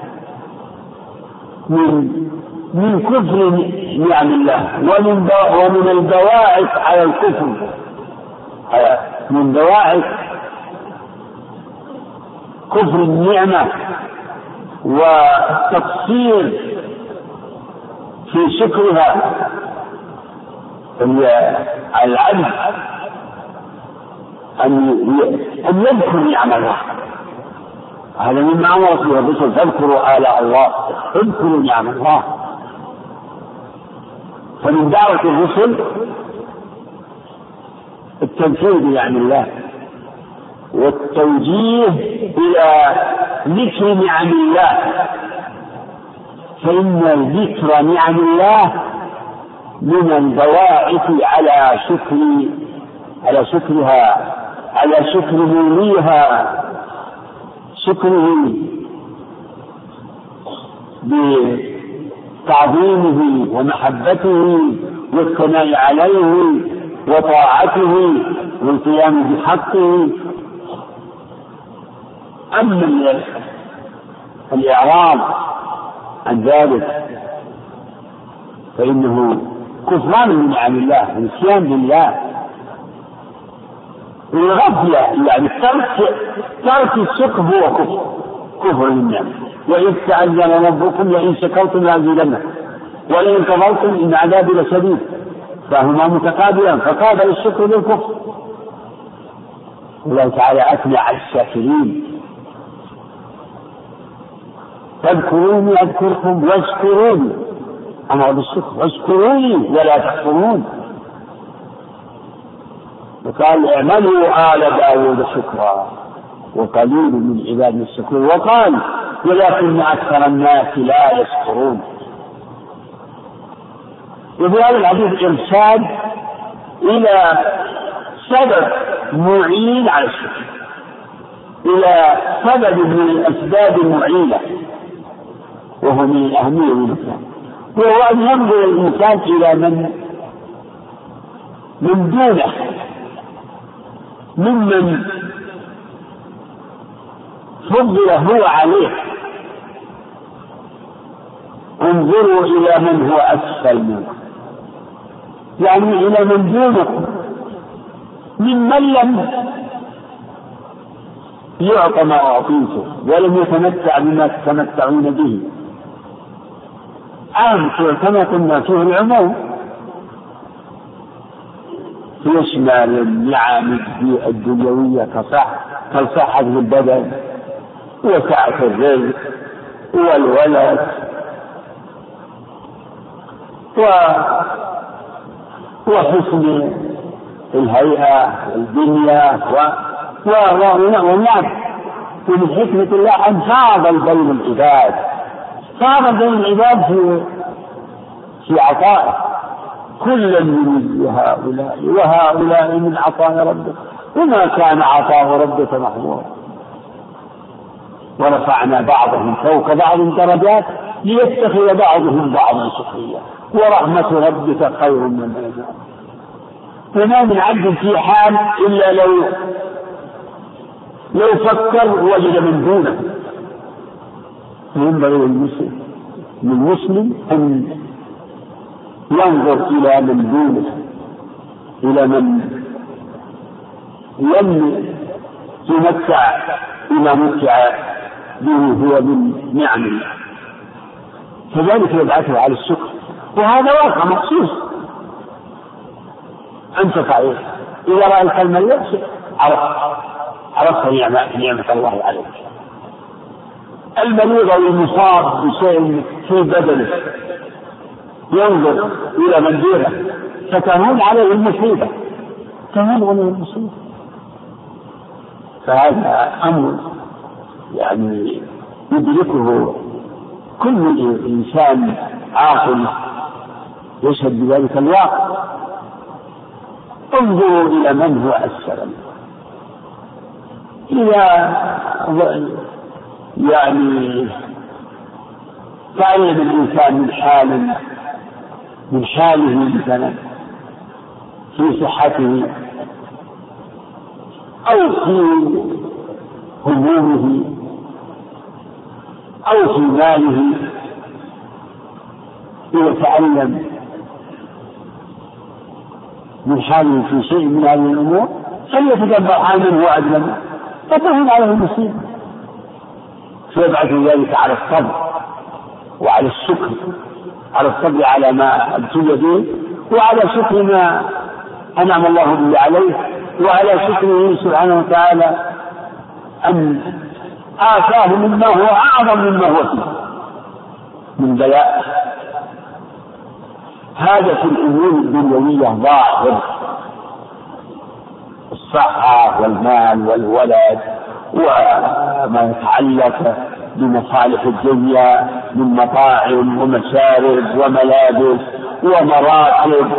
من كفر نعم الله ومن البواعث على الكفر، من بواعث كفر النعمة والتقصير في شكرها العبد أن يذكر نعم الله. هذا مما أمر فيه الرسل: فاذكروا آلاء الله، اذكروا نعم الله. فمن دعوة الرسل التنفيذ بنعم الله والتوجيه إلى ذكر نعم الله، فإن ذكر نعم الله من البواعث على شكرها، على شكر موليها، شكره بتعظيمه ومحبته والثناء عليه وطاعته والقيام بحقه. أما الإعراض عن ذلك فإنه كفران من نعم الله ونسيان بالله والغفلة، يعني ترك الشكر هو كفر النعم. وإذ تأذن ربكم لئن شكرتم لأزيدنكم ولئن كفرتم إن عذابي لشديد، فهما متقابلان، فقابل الشكر بالكفر. الله تعالى أثنى على الشاكرين: فاذكروني أذكركم واشكروني، أمر بالشكر، واشكروني ولا تكفرون. وقال: اعملوا آل داود شكرا وقليل من عبادنا الشكور. وقال: ولكن أكثر الناس لا يشكرون. وفي هذا الحديث إرشاد إلى سبب معين على الشكر، إلى سبب من الأسباب المعينة، وهو من الأهمية للإنسان، وهو أن ينظر الإنسان إلى من دونه ممن فضل هو عليه. انظروا إلى من هو أسفل منكم، يعني إلى من دونكم، ممن لم يعطى ما أعطيته ولم يتمتع بما تتمتعون به. كما قلنا فيه العموم يشمل النعم الدنيوية كالصحة البدن وسعة الرزق والولد وحسن الهيئة والدنيا والنعم. ومن حكمة الله أن فاضل بين العباد، في عطائه، كل من وهؤلاء من عطاء ربك، وما كان عطاء ربك محظورا. ورفعنا بعضهم فوق بعض درجات ليتخذ بعضهم بعضا سخريا، ورحمة ربك خير مما يجمعون. وما من عبد في حال إلا لو فكر وجد من دونه، ينبغي للمسلم أن ينظر إلى من دونه، إلى من لم يمتع إلى متع به هو من نعم الله، كذلك يبعثه على الشكر. وهذا واقع مخصوص أنت فعيل، إذا رأيت المريض عرفت نعمة الله عليك. المريض أو المصاب بشيء في بدنه ينظر إلى من دونه فتهون عليه المصيبة، فهذا أمر يعني يدركه كل إنسان عاقل يشهد بذلك الواقع. انظروا إلى من هو أسفل، إذا يعني تعلم الإنسان من حاله مثلا في صحته أو في همومه أو في ماله، يتعلم من حاله في شيء من هذه الأمور فليتدبر حاله وأدلم فتهون عليه المصيبة، فيبعث ذلك على الصبر وعلى الشكر، على الصبر على ما ابتلي به وعلى شكر ما أنعم الله به عليه، وعلى شكره سبحانه وتعالى أن آتاه مما هو أعظم مما هو فيه من بلاء. هذا في الأمور الدنيوية ظاهر، الصحة والمال والولد وما يتعلق بمصالح الدنيا من مطاعم ومشارب وملابس ومراكب،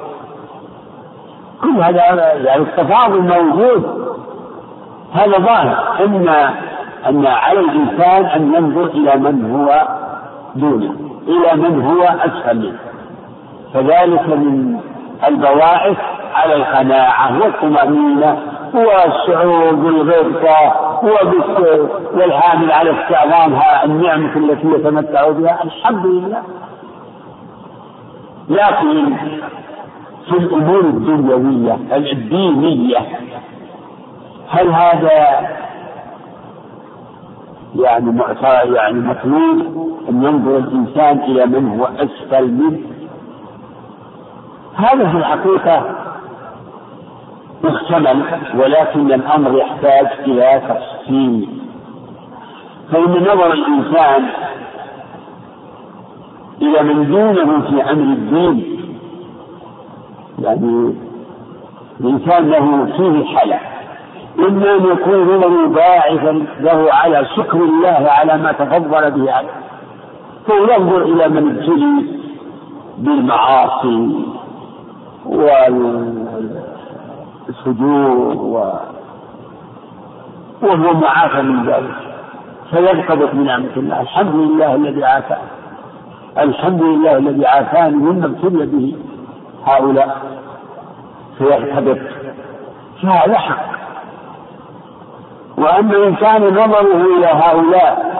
كل هذا يعني التفاضل موجود، هذا ظاهر. أن على الإنسان أن ينظر إلى من هو دونه، إلى من هو أسفل منه، فذلك من البواعث على القناعة والطمأنينة والشعور بالغبطة والحامل على استعظام النعمة التي يتمتع بها، الحمد لله. لكن في الأمور الدنيوية الدينية هل هذا يعني مطلوب أن ينظر الإنسان إلى من هو أسفل منه؟ هذا في الحقيقة محتمل، ولكن الأمر يحتاج إلى تفصيل. فإن نظر الإنسان إلى من دونه في أمر الدين، يعني الإنسان له فيه حياة، إما أن يكون نظره باعثا له على شكر الله على ما تفضل به عليه، فينظر إلى من ابتلي بالمعاصي والسجود وهو معافى من ذلك، فيرتبط بنعمة الله، الحمد لله الذي عافاني، الحمد لله الذي عافاني مما ابتلي به هؤلاء، فيرتبط، فهذا حق. وأما إن كان نظره إلى هؤلاء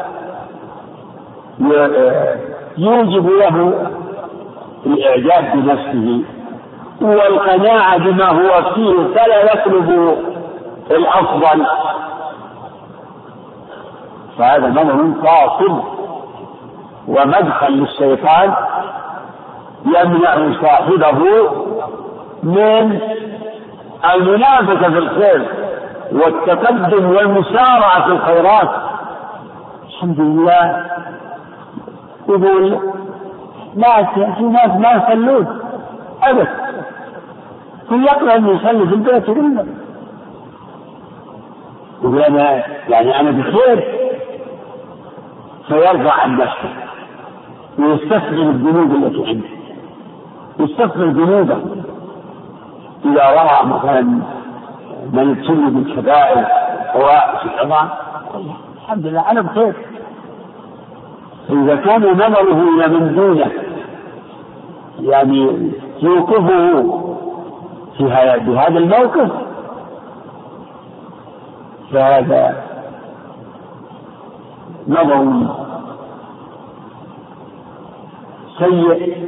يوجب له الإعجاب بنفسه والقناعة بما هو فيه فلا يطلب الأفضل، فهذا نظر فاصل ومدخل للشيطان يمنع صاحبه من المنافسة في الخير والتقدم والمسارعة في الخيرات. الحمد لله، يقول في ناس ما يصلون أبدا، كل يقرأ أن يصلي في البيت إلا يقول أنا بخير، فيرفع عن نفسه ويستثمر الذنوب التي عنده، يستثمر ذنوبه. إذا رأى مثلا من يبتلي بالكبائر فواحش العظام، الحمد لله أنا بخير. إذا كان نظره إلى من دونه يعني يوقفه بهذا الموقف، فهذا نظر سيء،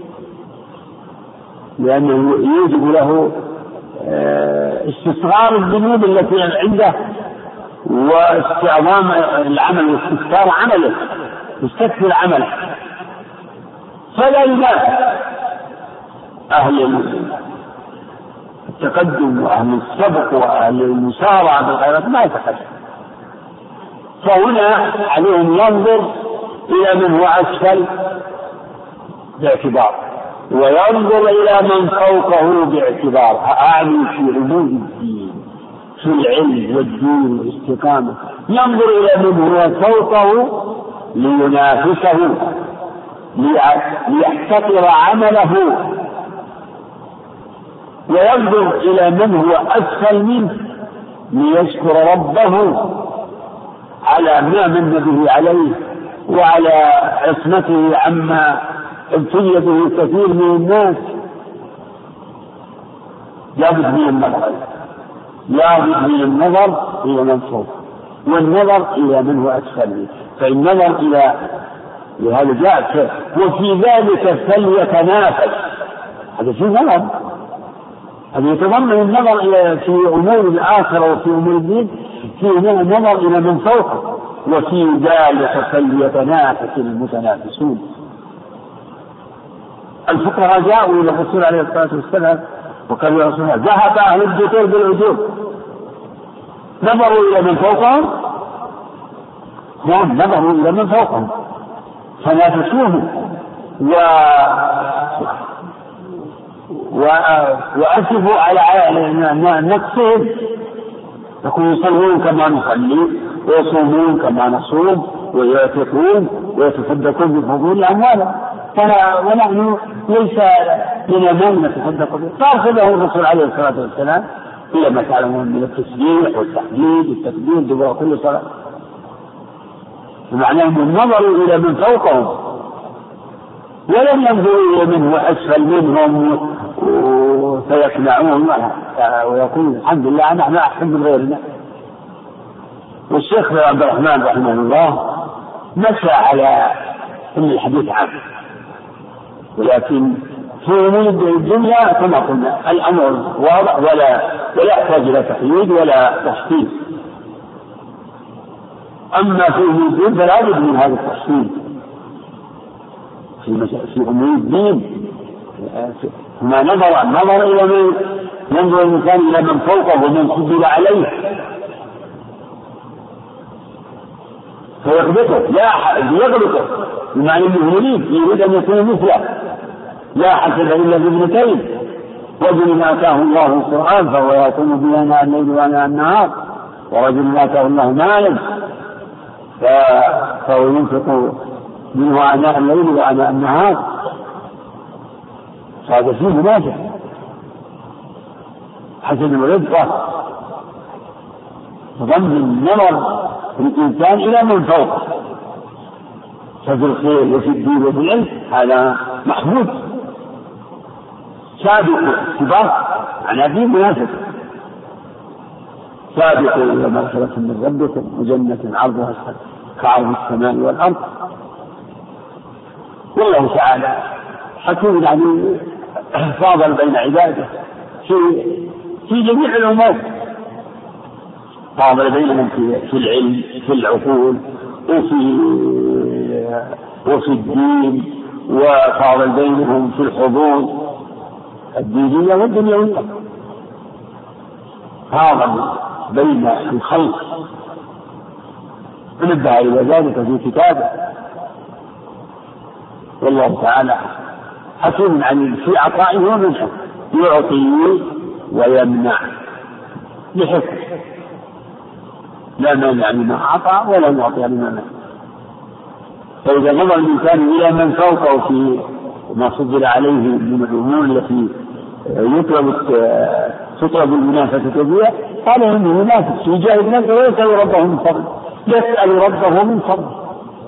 لأنه يوجب له استصغار الذنوب التي عنده واستعظام العمل واستكثار عمله، يستكثر عمله، فلا ينافس أهل التقدم وأهل السبق وأهل المسارعة بالخيرات، ما يتقدم. فهنا عليهم ينظر إلى من هو أسفل باعتبار، وينظر إلى من فوقه باعتبار، أعني في عمود الدين، في العلم والدين والاستقامة، ينظر إلى من هو فوقه لينافسه، ليحتقر عمله، وينظر إلى من هو أسفل منه ليشكر ربه على ما من به عليه وعلى عصمته عما ابتلي به كثير من الناس. لابد من النظر إلى من فوق، والنظر إلى من هو أسفل منه، فالنظر إلى هذا جاء وفي ذلك فليتنافس، هذا في نظر، هذا يتضمن النظر إلى في أمور الآخرة وفي أمور الدين، في نظر إلى من فوقه، وفي ذلك فليتنافس المتنافسون. الفقراء جاءوا إلى الرسول عليه الصلاة والسلام وقالوا يا رسول الله ذهب أهل الدثور بالأجور، نظروا إلى من فوقهم، نعم نظروا إلى من فوقهم فنافسوهم وأسفوا على نفسهم، يكونوا يصلون كما نصلي ويصومون كما نصوم ويعتقون ويتصدقون بفضول أموالهم، ونحن ليس لنا من نتصدق به. فأخذه الرسول عليه الصلاة والسلام إلى ما تعلمون من التسبيح والتحميد والتكبير دبر كل صلاة، ومعناه النظر إلى من فوقهم ولم ينظروا إلى من هو أسفل منهم فيقنعون ويقول الحمد لله نحن أحسن من غيرنا. والشيخ عبد الرحمن رحمه الله مشى على أن الحديث عنه، ولكن في أمور الدنيا كما قلنا الأمر واضح ولا يحتاج إلى تقييد ولا تشخيص. أما في أمور الدين فلا بد من هذا التشخيص في أمور الدين. ما نظر إلى من ينظر الإنسان إلى من فوقه ومن فضل عليه فيغبطه، يغبطه بمعنى أنه يريد أن يكون مثله. لا حسد إلا بابنتين، رجل آتاه الله القرآن فهو يقوم به آناء الليل وآناء النهار، ورجل آتاه الله مالا فهو ينفق منه آناء الليل وآناء النهار، هذا فيه منافع. حسن ورزقه ضمن النظر الإنسان إلى من فوقه، ففي الخير وفي الدين وفي العلم هذا محمود. سابقوا سباق عن هذه منافع، سابقوا إلى مغفرة من ربكم وجنة عرضها كعرض السماء والأرض. والله تعالى حكيم يعني فاضل بين عباده في جميع الأمور، فاضل بينهم في العلم في العقول وفي الدين، وفاضل بينهم في الحظوظ الدينية والدنيوية، فاضل بين الخلق ونبه إلى ذلك في كتابه. والله تعالى حكيم عن في عطائه ومنحه، يعطي ويمنع بحكم، لا مانع لما أعطى ولا معطي لما منع. فإذا نظر الإنسان إلى من فوقه في ما فضل عليه من الأمور التي تطلب المنافسة بها، قال إنه ينافس يجاهد نفسه ويسأل ربه من فضله، يسأل ربه من فضله.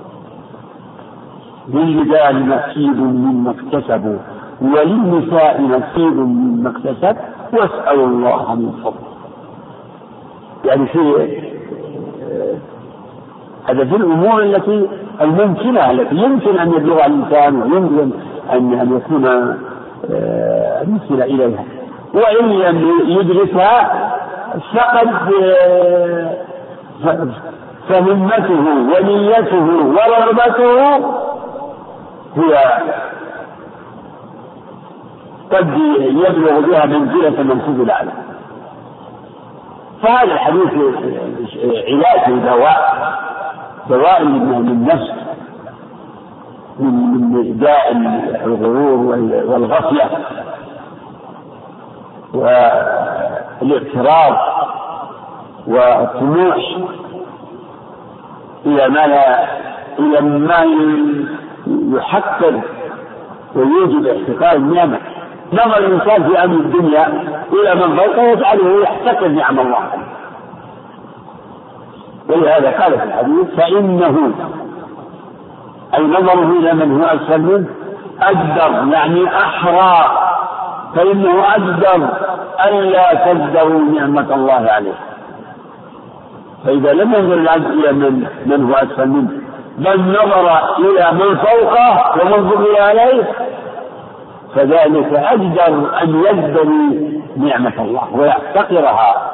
للرجال نصيب مما اكتسبوا وللنساء نصيب مما اكتسب واسألوا الله من فضله. يعني في هذا في الأمور التي الممكنة التي يمكن أن يبلغها الإنسان ويمكن أن يكون أن يصل إليها، وإن لم يدركها فقد فهمته ونيته ورغبته هي قد يبلغ بها منزلة المنصوب الأعلى. فهذا الحديث علاج دواء للنفس من داء الغرور والغفلة والاغترار والطموح إلى ما يحقر ويوجب احتقار النعمة. نظر الإنسان في أمر الدنيا إلى من فوقه يجعله يحتقر نعم الله، ولهذا قال في الحديث فإنه أي نظره إلى من هو أسفل منه أجدر، يعني أحرى، فإنه أجدر ألا تزدروا نعمة الله عليه. فإذا لم ينظر العبد إلى من هو أسفل منه بل نظر إلى من فوقه ومن فضل عليه فذلك أجدر أن يزدري نعمة الله ويحتقرها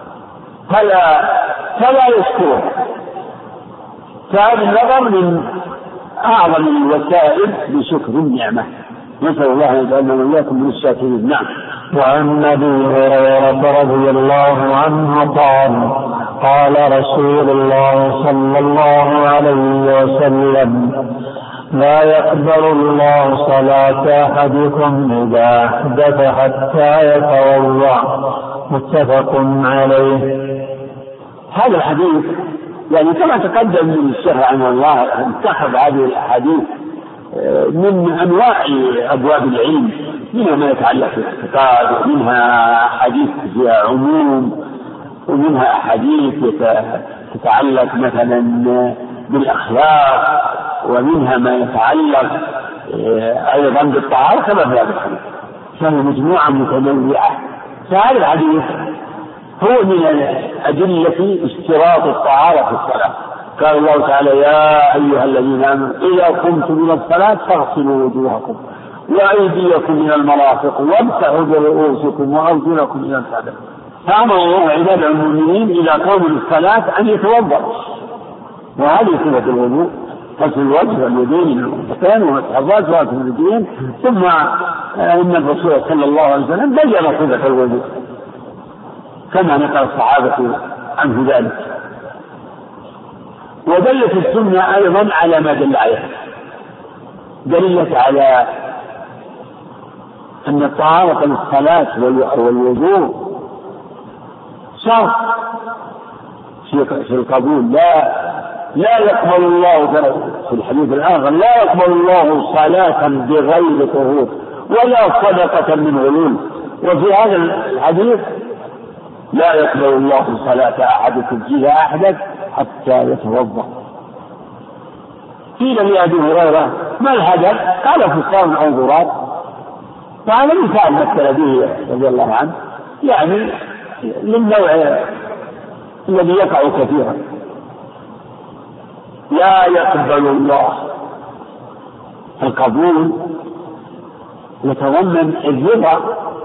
فلا يشكره. فهذا النظر من أعظم الوسائل لشكر النعمة. نسأل الله أن يجعلنا وإياكم من الشاكرين. نعم. وعن أبي هريرة رضي الله عنه قال رسول الله صلى الله عليه وسلم لا يقبل الله صلاة أحدكم إذا أحدث حتى يتوضأ. متفق عليه. هذا الحديث يعني كما تقدم من الشيخ رحمه الله انتخب هذه الأحاديث من أنواع أبواب العلم، منها ما يتعلق بالاعتقاد، ومنها أحاديث فيها عموم، ومنها أحاديث تتعلق مثلا بالأخلاق، ومنها ما يتعلق أيضا بالطهارة كما في هذا الحديث، فهي مجموعة متنوعة. فهذا الحديث هو من أدلة اشتراط الطهارة في الصلاة. قال الله تعالى يا أيها الذين آمنوا إذا قمتم إلى الصلاة فاغسلوا وجوهكم وأيديكم إلى المرافق وامسحوا برؤوسكم وأرجلكم إلى الكعبين. فأمر الله عباد المؤمنين إذا قاموا للصلاة أن يتوضأوا، وهذه صفة الوضوء، غسل الوجه واليدين إلى المرفقين ومسح الرأس وغسل الرجلين. ثم إن الرسول صلى الله عليه وسلم بين صفة الوضوء كما نقل الصحابة عنه ذلك. ودلت السنة أيضا على ما دل عليه، دلت على أن الطهارة للصلاة والوضوء شرط في القبول. لا يقبل الله في الحديث الآخر لا يقبل الله صلاة بغير طهور ولا صدقة من غلول. وفي هذا الحديث لا يقبل الله صلاة أحدكم إذا أحدث حتى يتوضأ. قيل لأبي هريرة ما الهدف؟ قال فستان أو ضراب. فهذا مثال مثل به رضي الله عنه، يعني للنوع الذي يقع كثيرا. لا يقبل الله. القبول يتضمن الرضا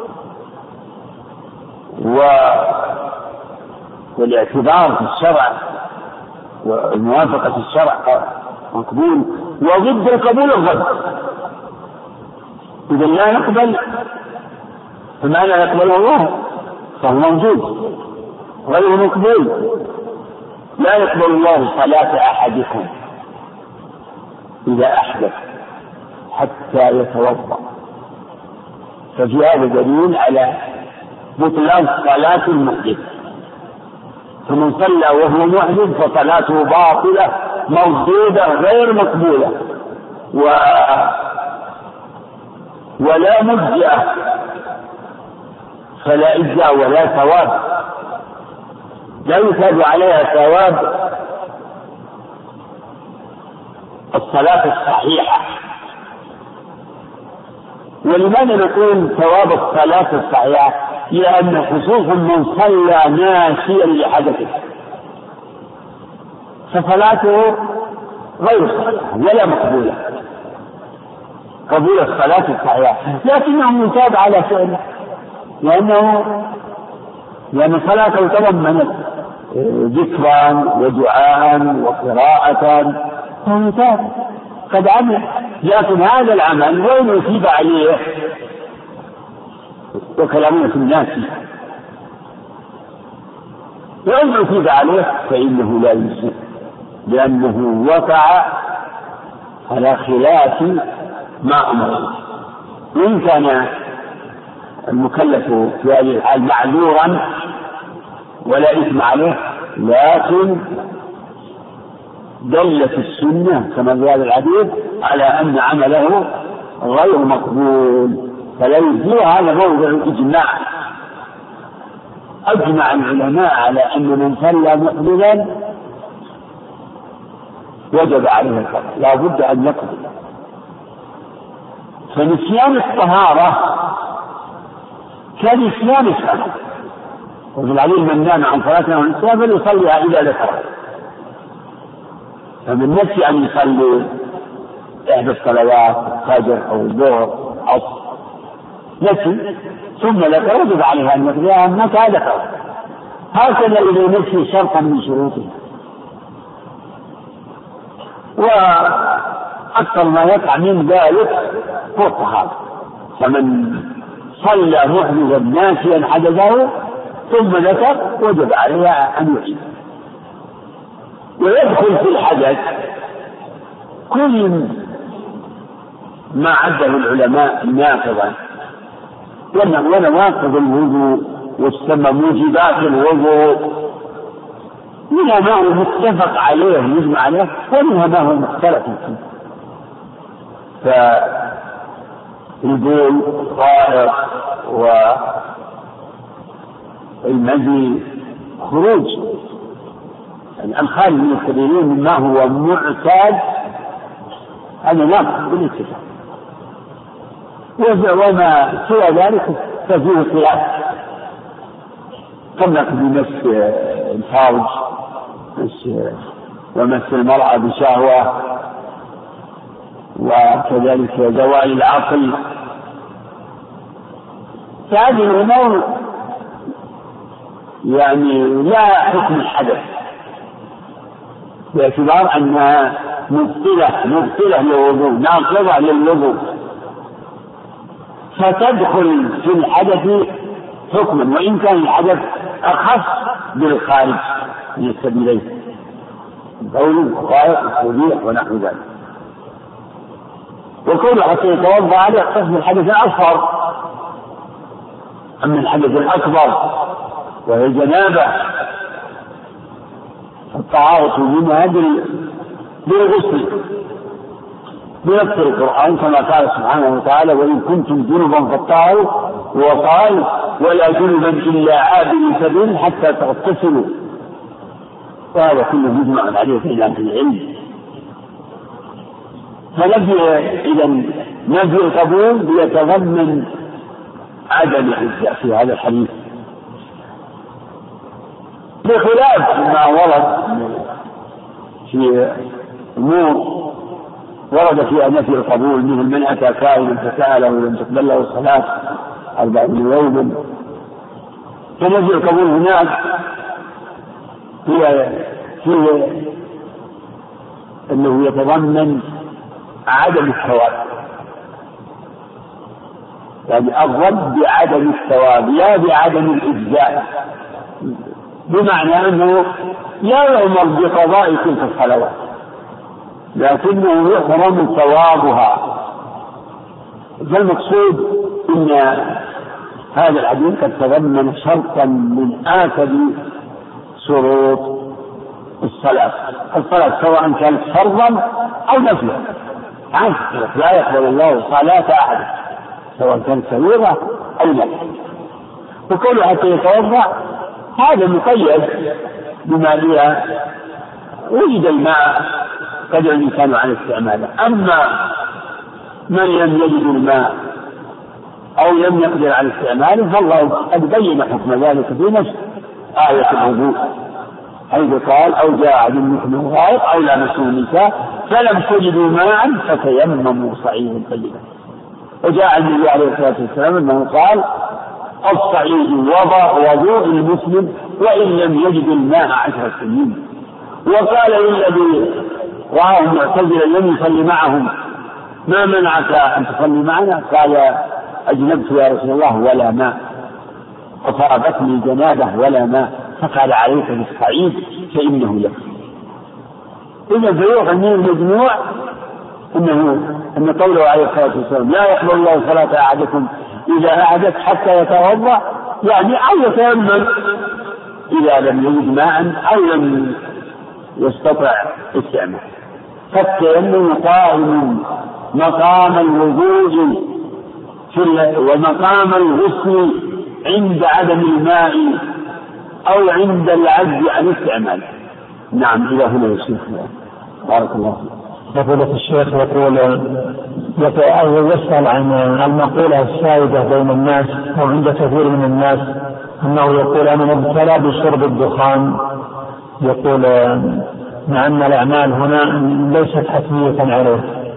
والاعتبار في الشرع وموافقة الشرع مقبول، وضد القبول الرد. إذا لا يقبل فما لا يقبل الله فهو موجود غير مقبول. لا يقبل الله صلاة أحدكم إذا أحدث حتى يتوضأ. ففي هذا دليل على بطلان صلاة المحدث، فمن صلى وهو محدث فصلاته باطلة مردودة غير مقبولة ولا مجزئة، فلا إجزاء ولا ثواب، لا يثاب عليها ثواب الصلاة الصحيحة. ولماذا نقول ثواب الصلاة الصحيحة؟ لأن خصوصا من صلى ناسيا لحدثه، فصلاته غير صحيحة ولا مقبولة، قبول الصلاة الصحيحة، لكنه يتاب على فعله لأن صلاته تضمنت ذكرا ودعاء وقراءة، فهو يتاب قد عمل. لكن هذا العمل وين يثيب عليه وكلامه في الناس، وإن يثيب عليه فإنه لا يسلم، لأنه وقع على خلاف ما أمر. وإن كان المكلف في هذه الحال معذورا ولا إثم عليه، لكن دلت السنة كما في هذا الحديث على أن عمله غير مقبول، فلا يجوز. هذا موضع الإجماع، أجمع العلماء على أن من صلى مقبلا وجب عليه القضاء، لا بد أن يقضي. فنسيان الطهارة كنسيان الصلاة، وفي العليل من نام عن صلاة أو نسيها فليصليها إذا ذكرها. فمن نسي أن يصلي إحدى الصلوات الفجر أو الظهر أو نسي ثم ذكر وجب عليها أن يقضيها متى ذكر. هكذا إذا نسي شرطا من شروطه. وأكثر ما يقع من ذلك هو الطهارة، فمن صلى محدثا ناسيا حدثه ثم ذكر وجب عليها أن يعيد. ويدخل في الحدث كل ما عده العلماء ناقضا، ونواقض الوضوء وتسمى موجبات الوضوء، منها ما هو متفق عليه يجمع عليه، ومنها ما هو مختلف فيه. فالبول الطائر والمزي خروج الخارج من السبيلين مما هو معتاد أن ناقض بالاتفاق، وما سوى ذلك ففيه خلاف، كما بمس الفرج ومس المرأة بشهوة، وكذلك زوال العقل. فهذه الأمور يعني لا حكم الحدث، باعتبار أنها مبطلة للوضوء، ناقضة للوضوء، فتدخل في الحدث حكما، وإن كان الحدث أخص بالخارج من السبيلين، البول والغائط والتوضيح ونحو ذلك. وكونه حتى يتوضأ عليه يختص بالحدث الأصغر. أما الحدث الأكبر وهي الجنابة الطهارة منها بالغسل بنص القرآن كما قال سبحانه وتعالى: وإن كنتم جنبا فاطهروا، وقال: ولا جنبا إلا عابر سبيل حتى تغتسلوا. وهذا كله مجمع عليه في العلم. نفي القبول يتضمن عدم العزة في هذا الحديث، بخلاف ما ورد في أمور ورد فيها نفي القبول، مثل من أتى كائنا فسأله ولم تقبل له الصلاة 40 يوما. فنفي القبول هناك فيه أنه يتضمن عدم الثواب، يعني الرد بعدم الثواب لا بعدم الإجزاء، بمعنى أنه لا يؤمر بقضاء تلك الصلوات لكنه يحرم ثوابها. فالمقصود أن هذا الحديث قد تضمن شرطا من آكد شروط الصلاة سواء كانت فرضا أو نفلا. لا يقبل الله صلاة أحد سواء كانت فريضة أو نفل. وكل حتى يتوضأ هذا مقيد بما بها وجد الماء قدر الإنسان على استعماله. أما من لم يجد الماء أو لم يقدر على استعماله فالله قد بين حكم ذلك في نفس آية الوضوء. حيث قال أو جاء أحد منكم غائط أو لامسوا النساء فلم تجدوا ماء فتيمموا صعيدا طيبا. وجاء النبي عليه الصلاة والسلام أنه قال الصعيد وضوء المسلم وإن لم يجد الماء 10 سنين. وقال للذي رآه معتزلا لم يصلي معهم ما منعك أن تصلي معنا؟ قال أجنبت يا رسول الله ولا ماء، وفارقتني جنابه ولا ماء. فقال عليك بالصعيد فإنه يكفي. إذا فيوحى من المجموع أن قوله عليه الصلاة والسلام لا يقبل الله صلاة أحدكم إذا أحدث حتى يتوضأ، يعني أو يتيمم إذا لم يجد ماء أو لم يستطع استعمال. فالتيمم قائم مقام الوضوء ومقام الغسل عند عدم الماء أو عند العجز عن استعماله. نعم إلى هنا يا شيخ بارك الله فيك. فضيلة الشيخ يسأل عن المقولة السائدة بين الناس أو عند كثير من الناس أنه يقول أنا مبتلى بشرب الدخان، يقول مع أن الأعمال هنا ليست حتمية عليه،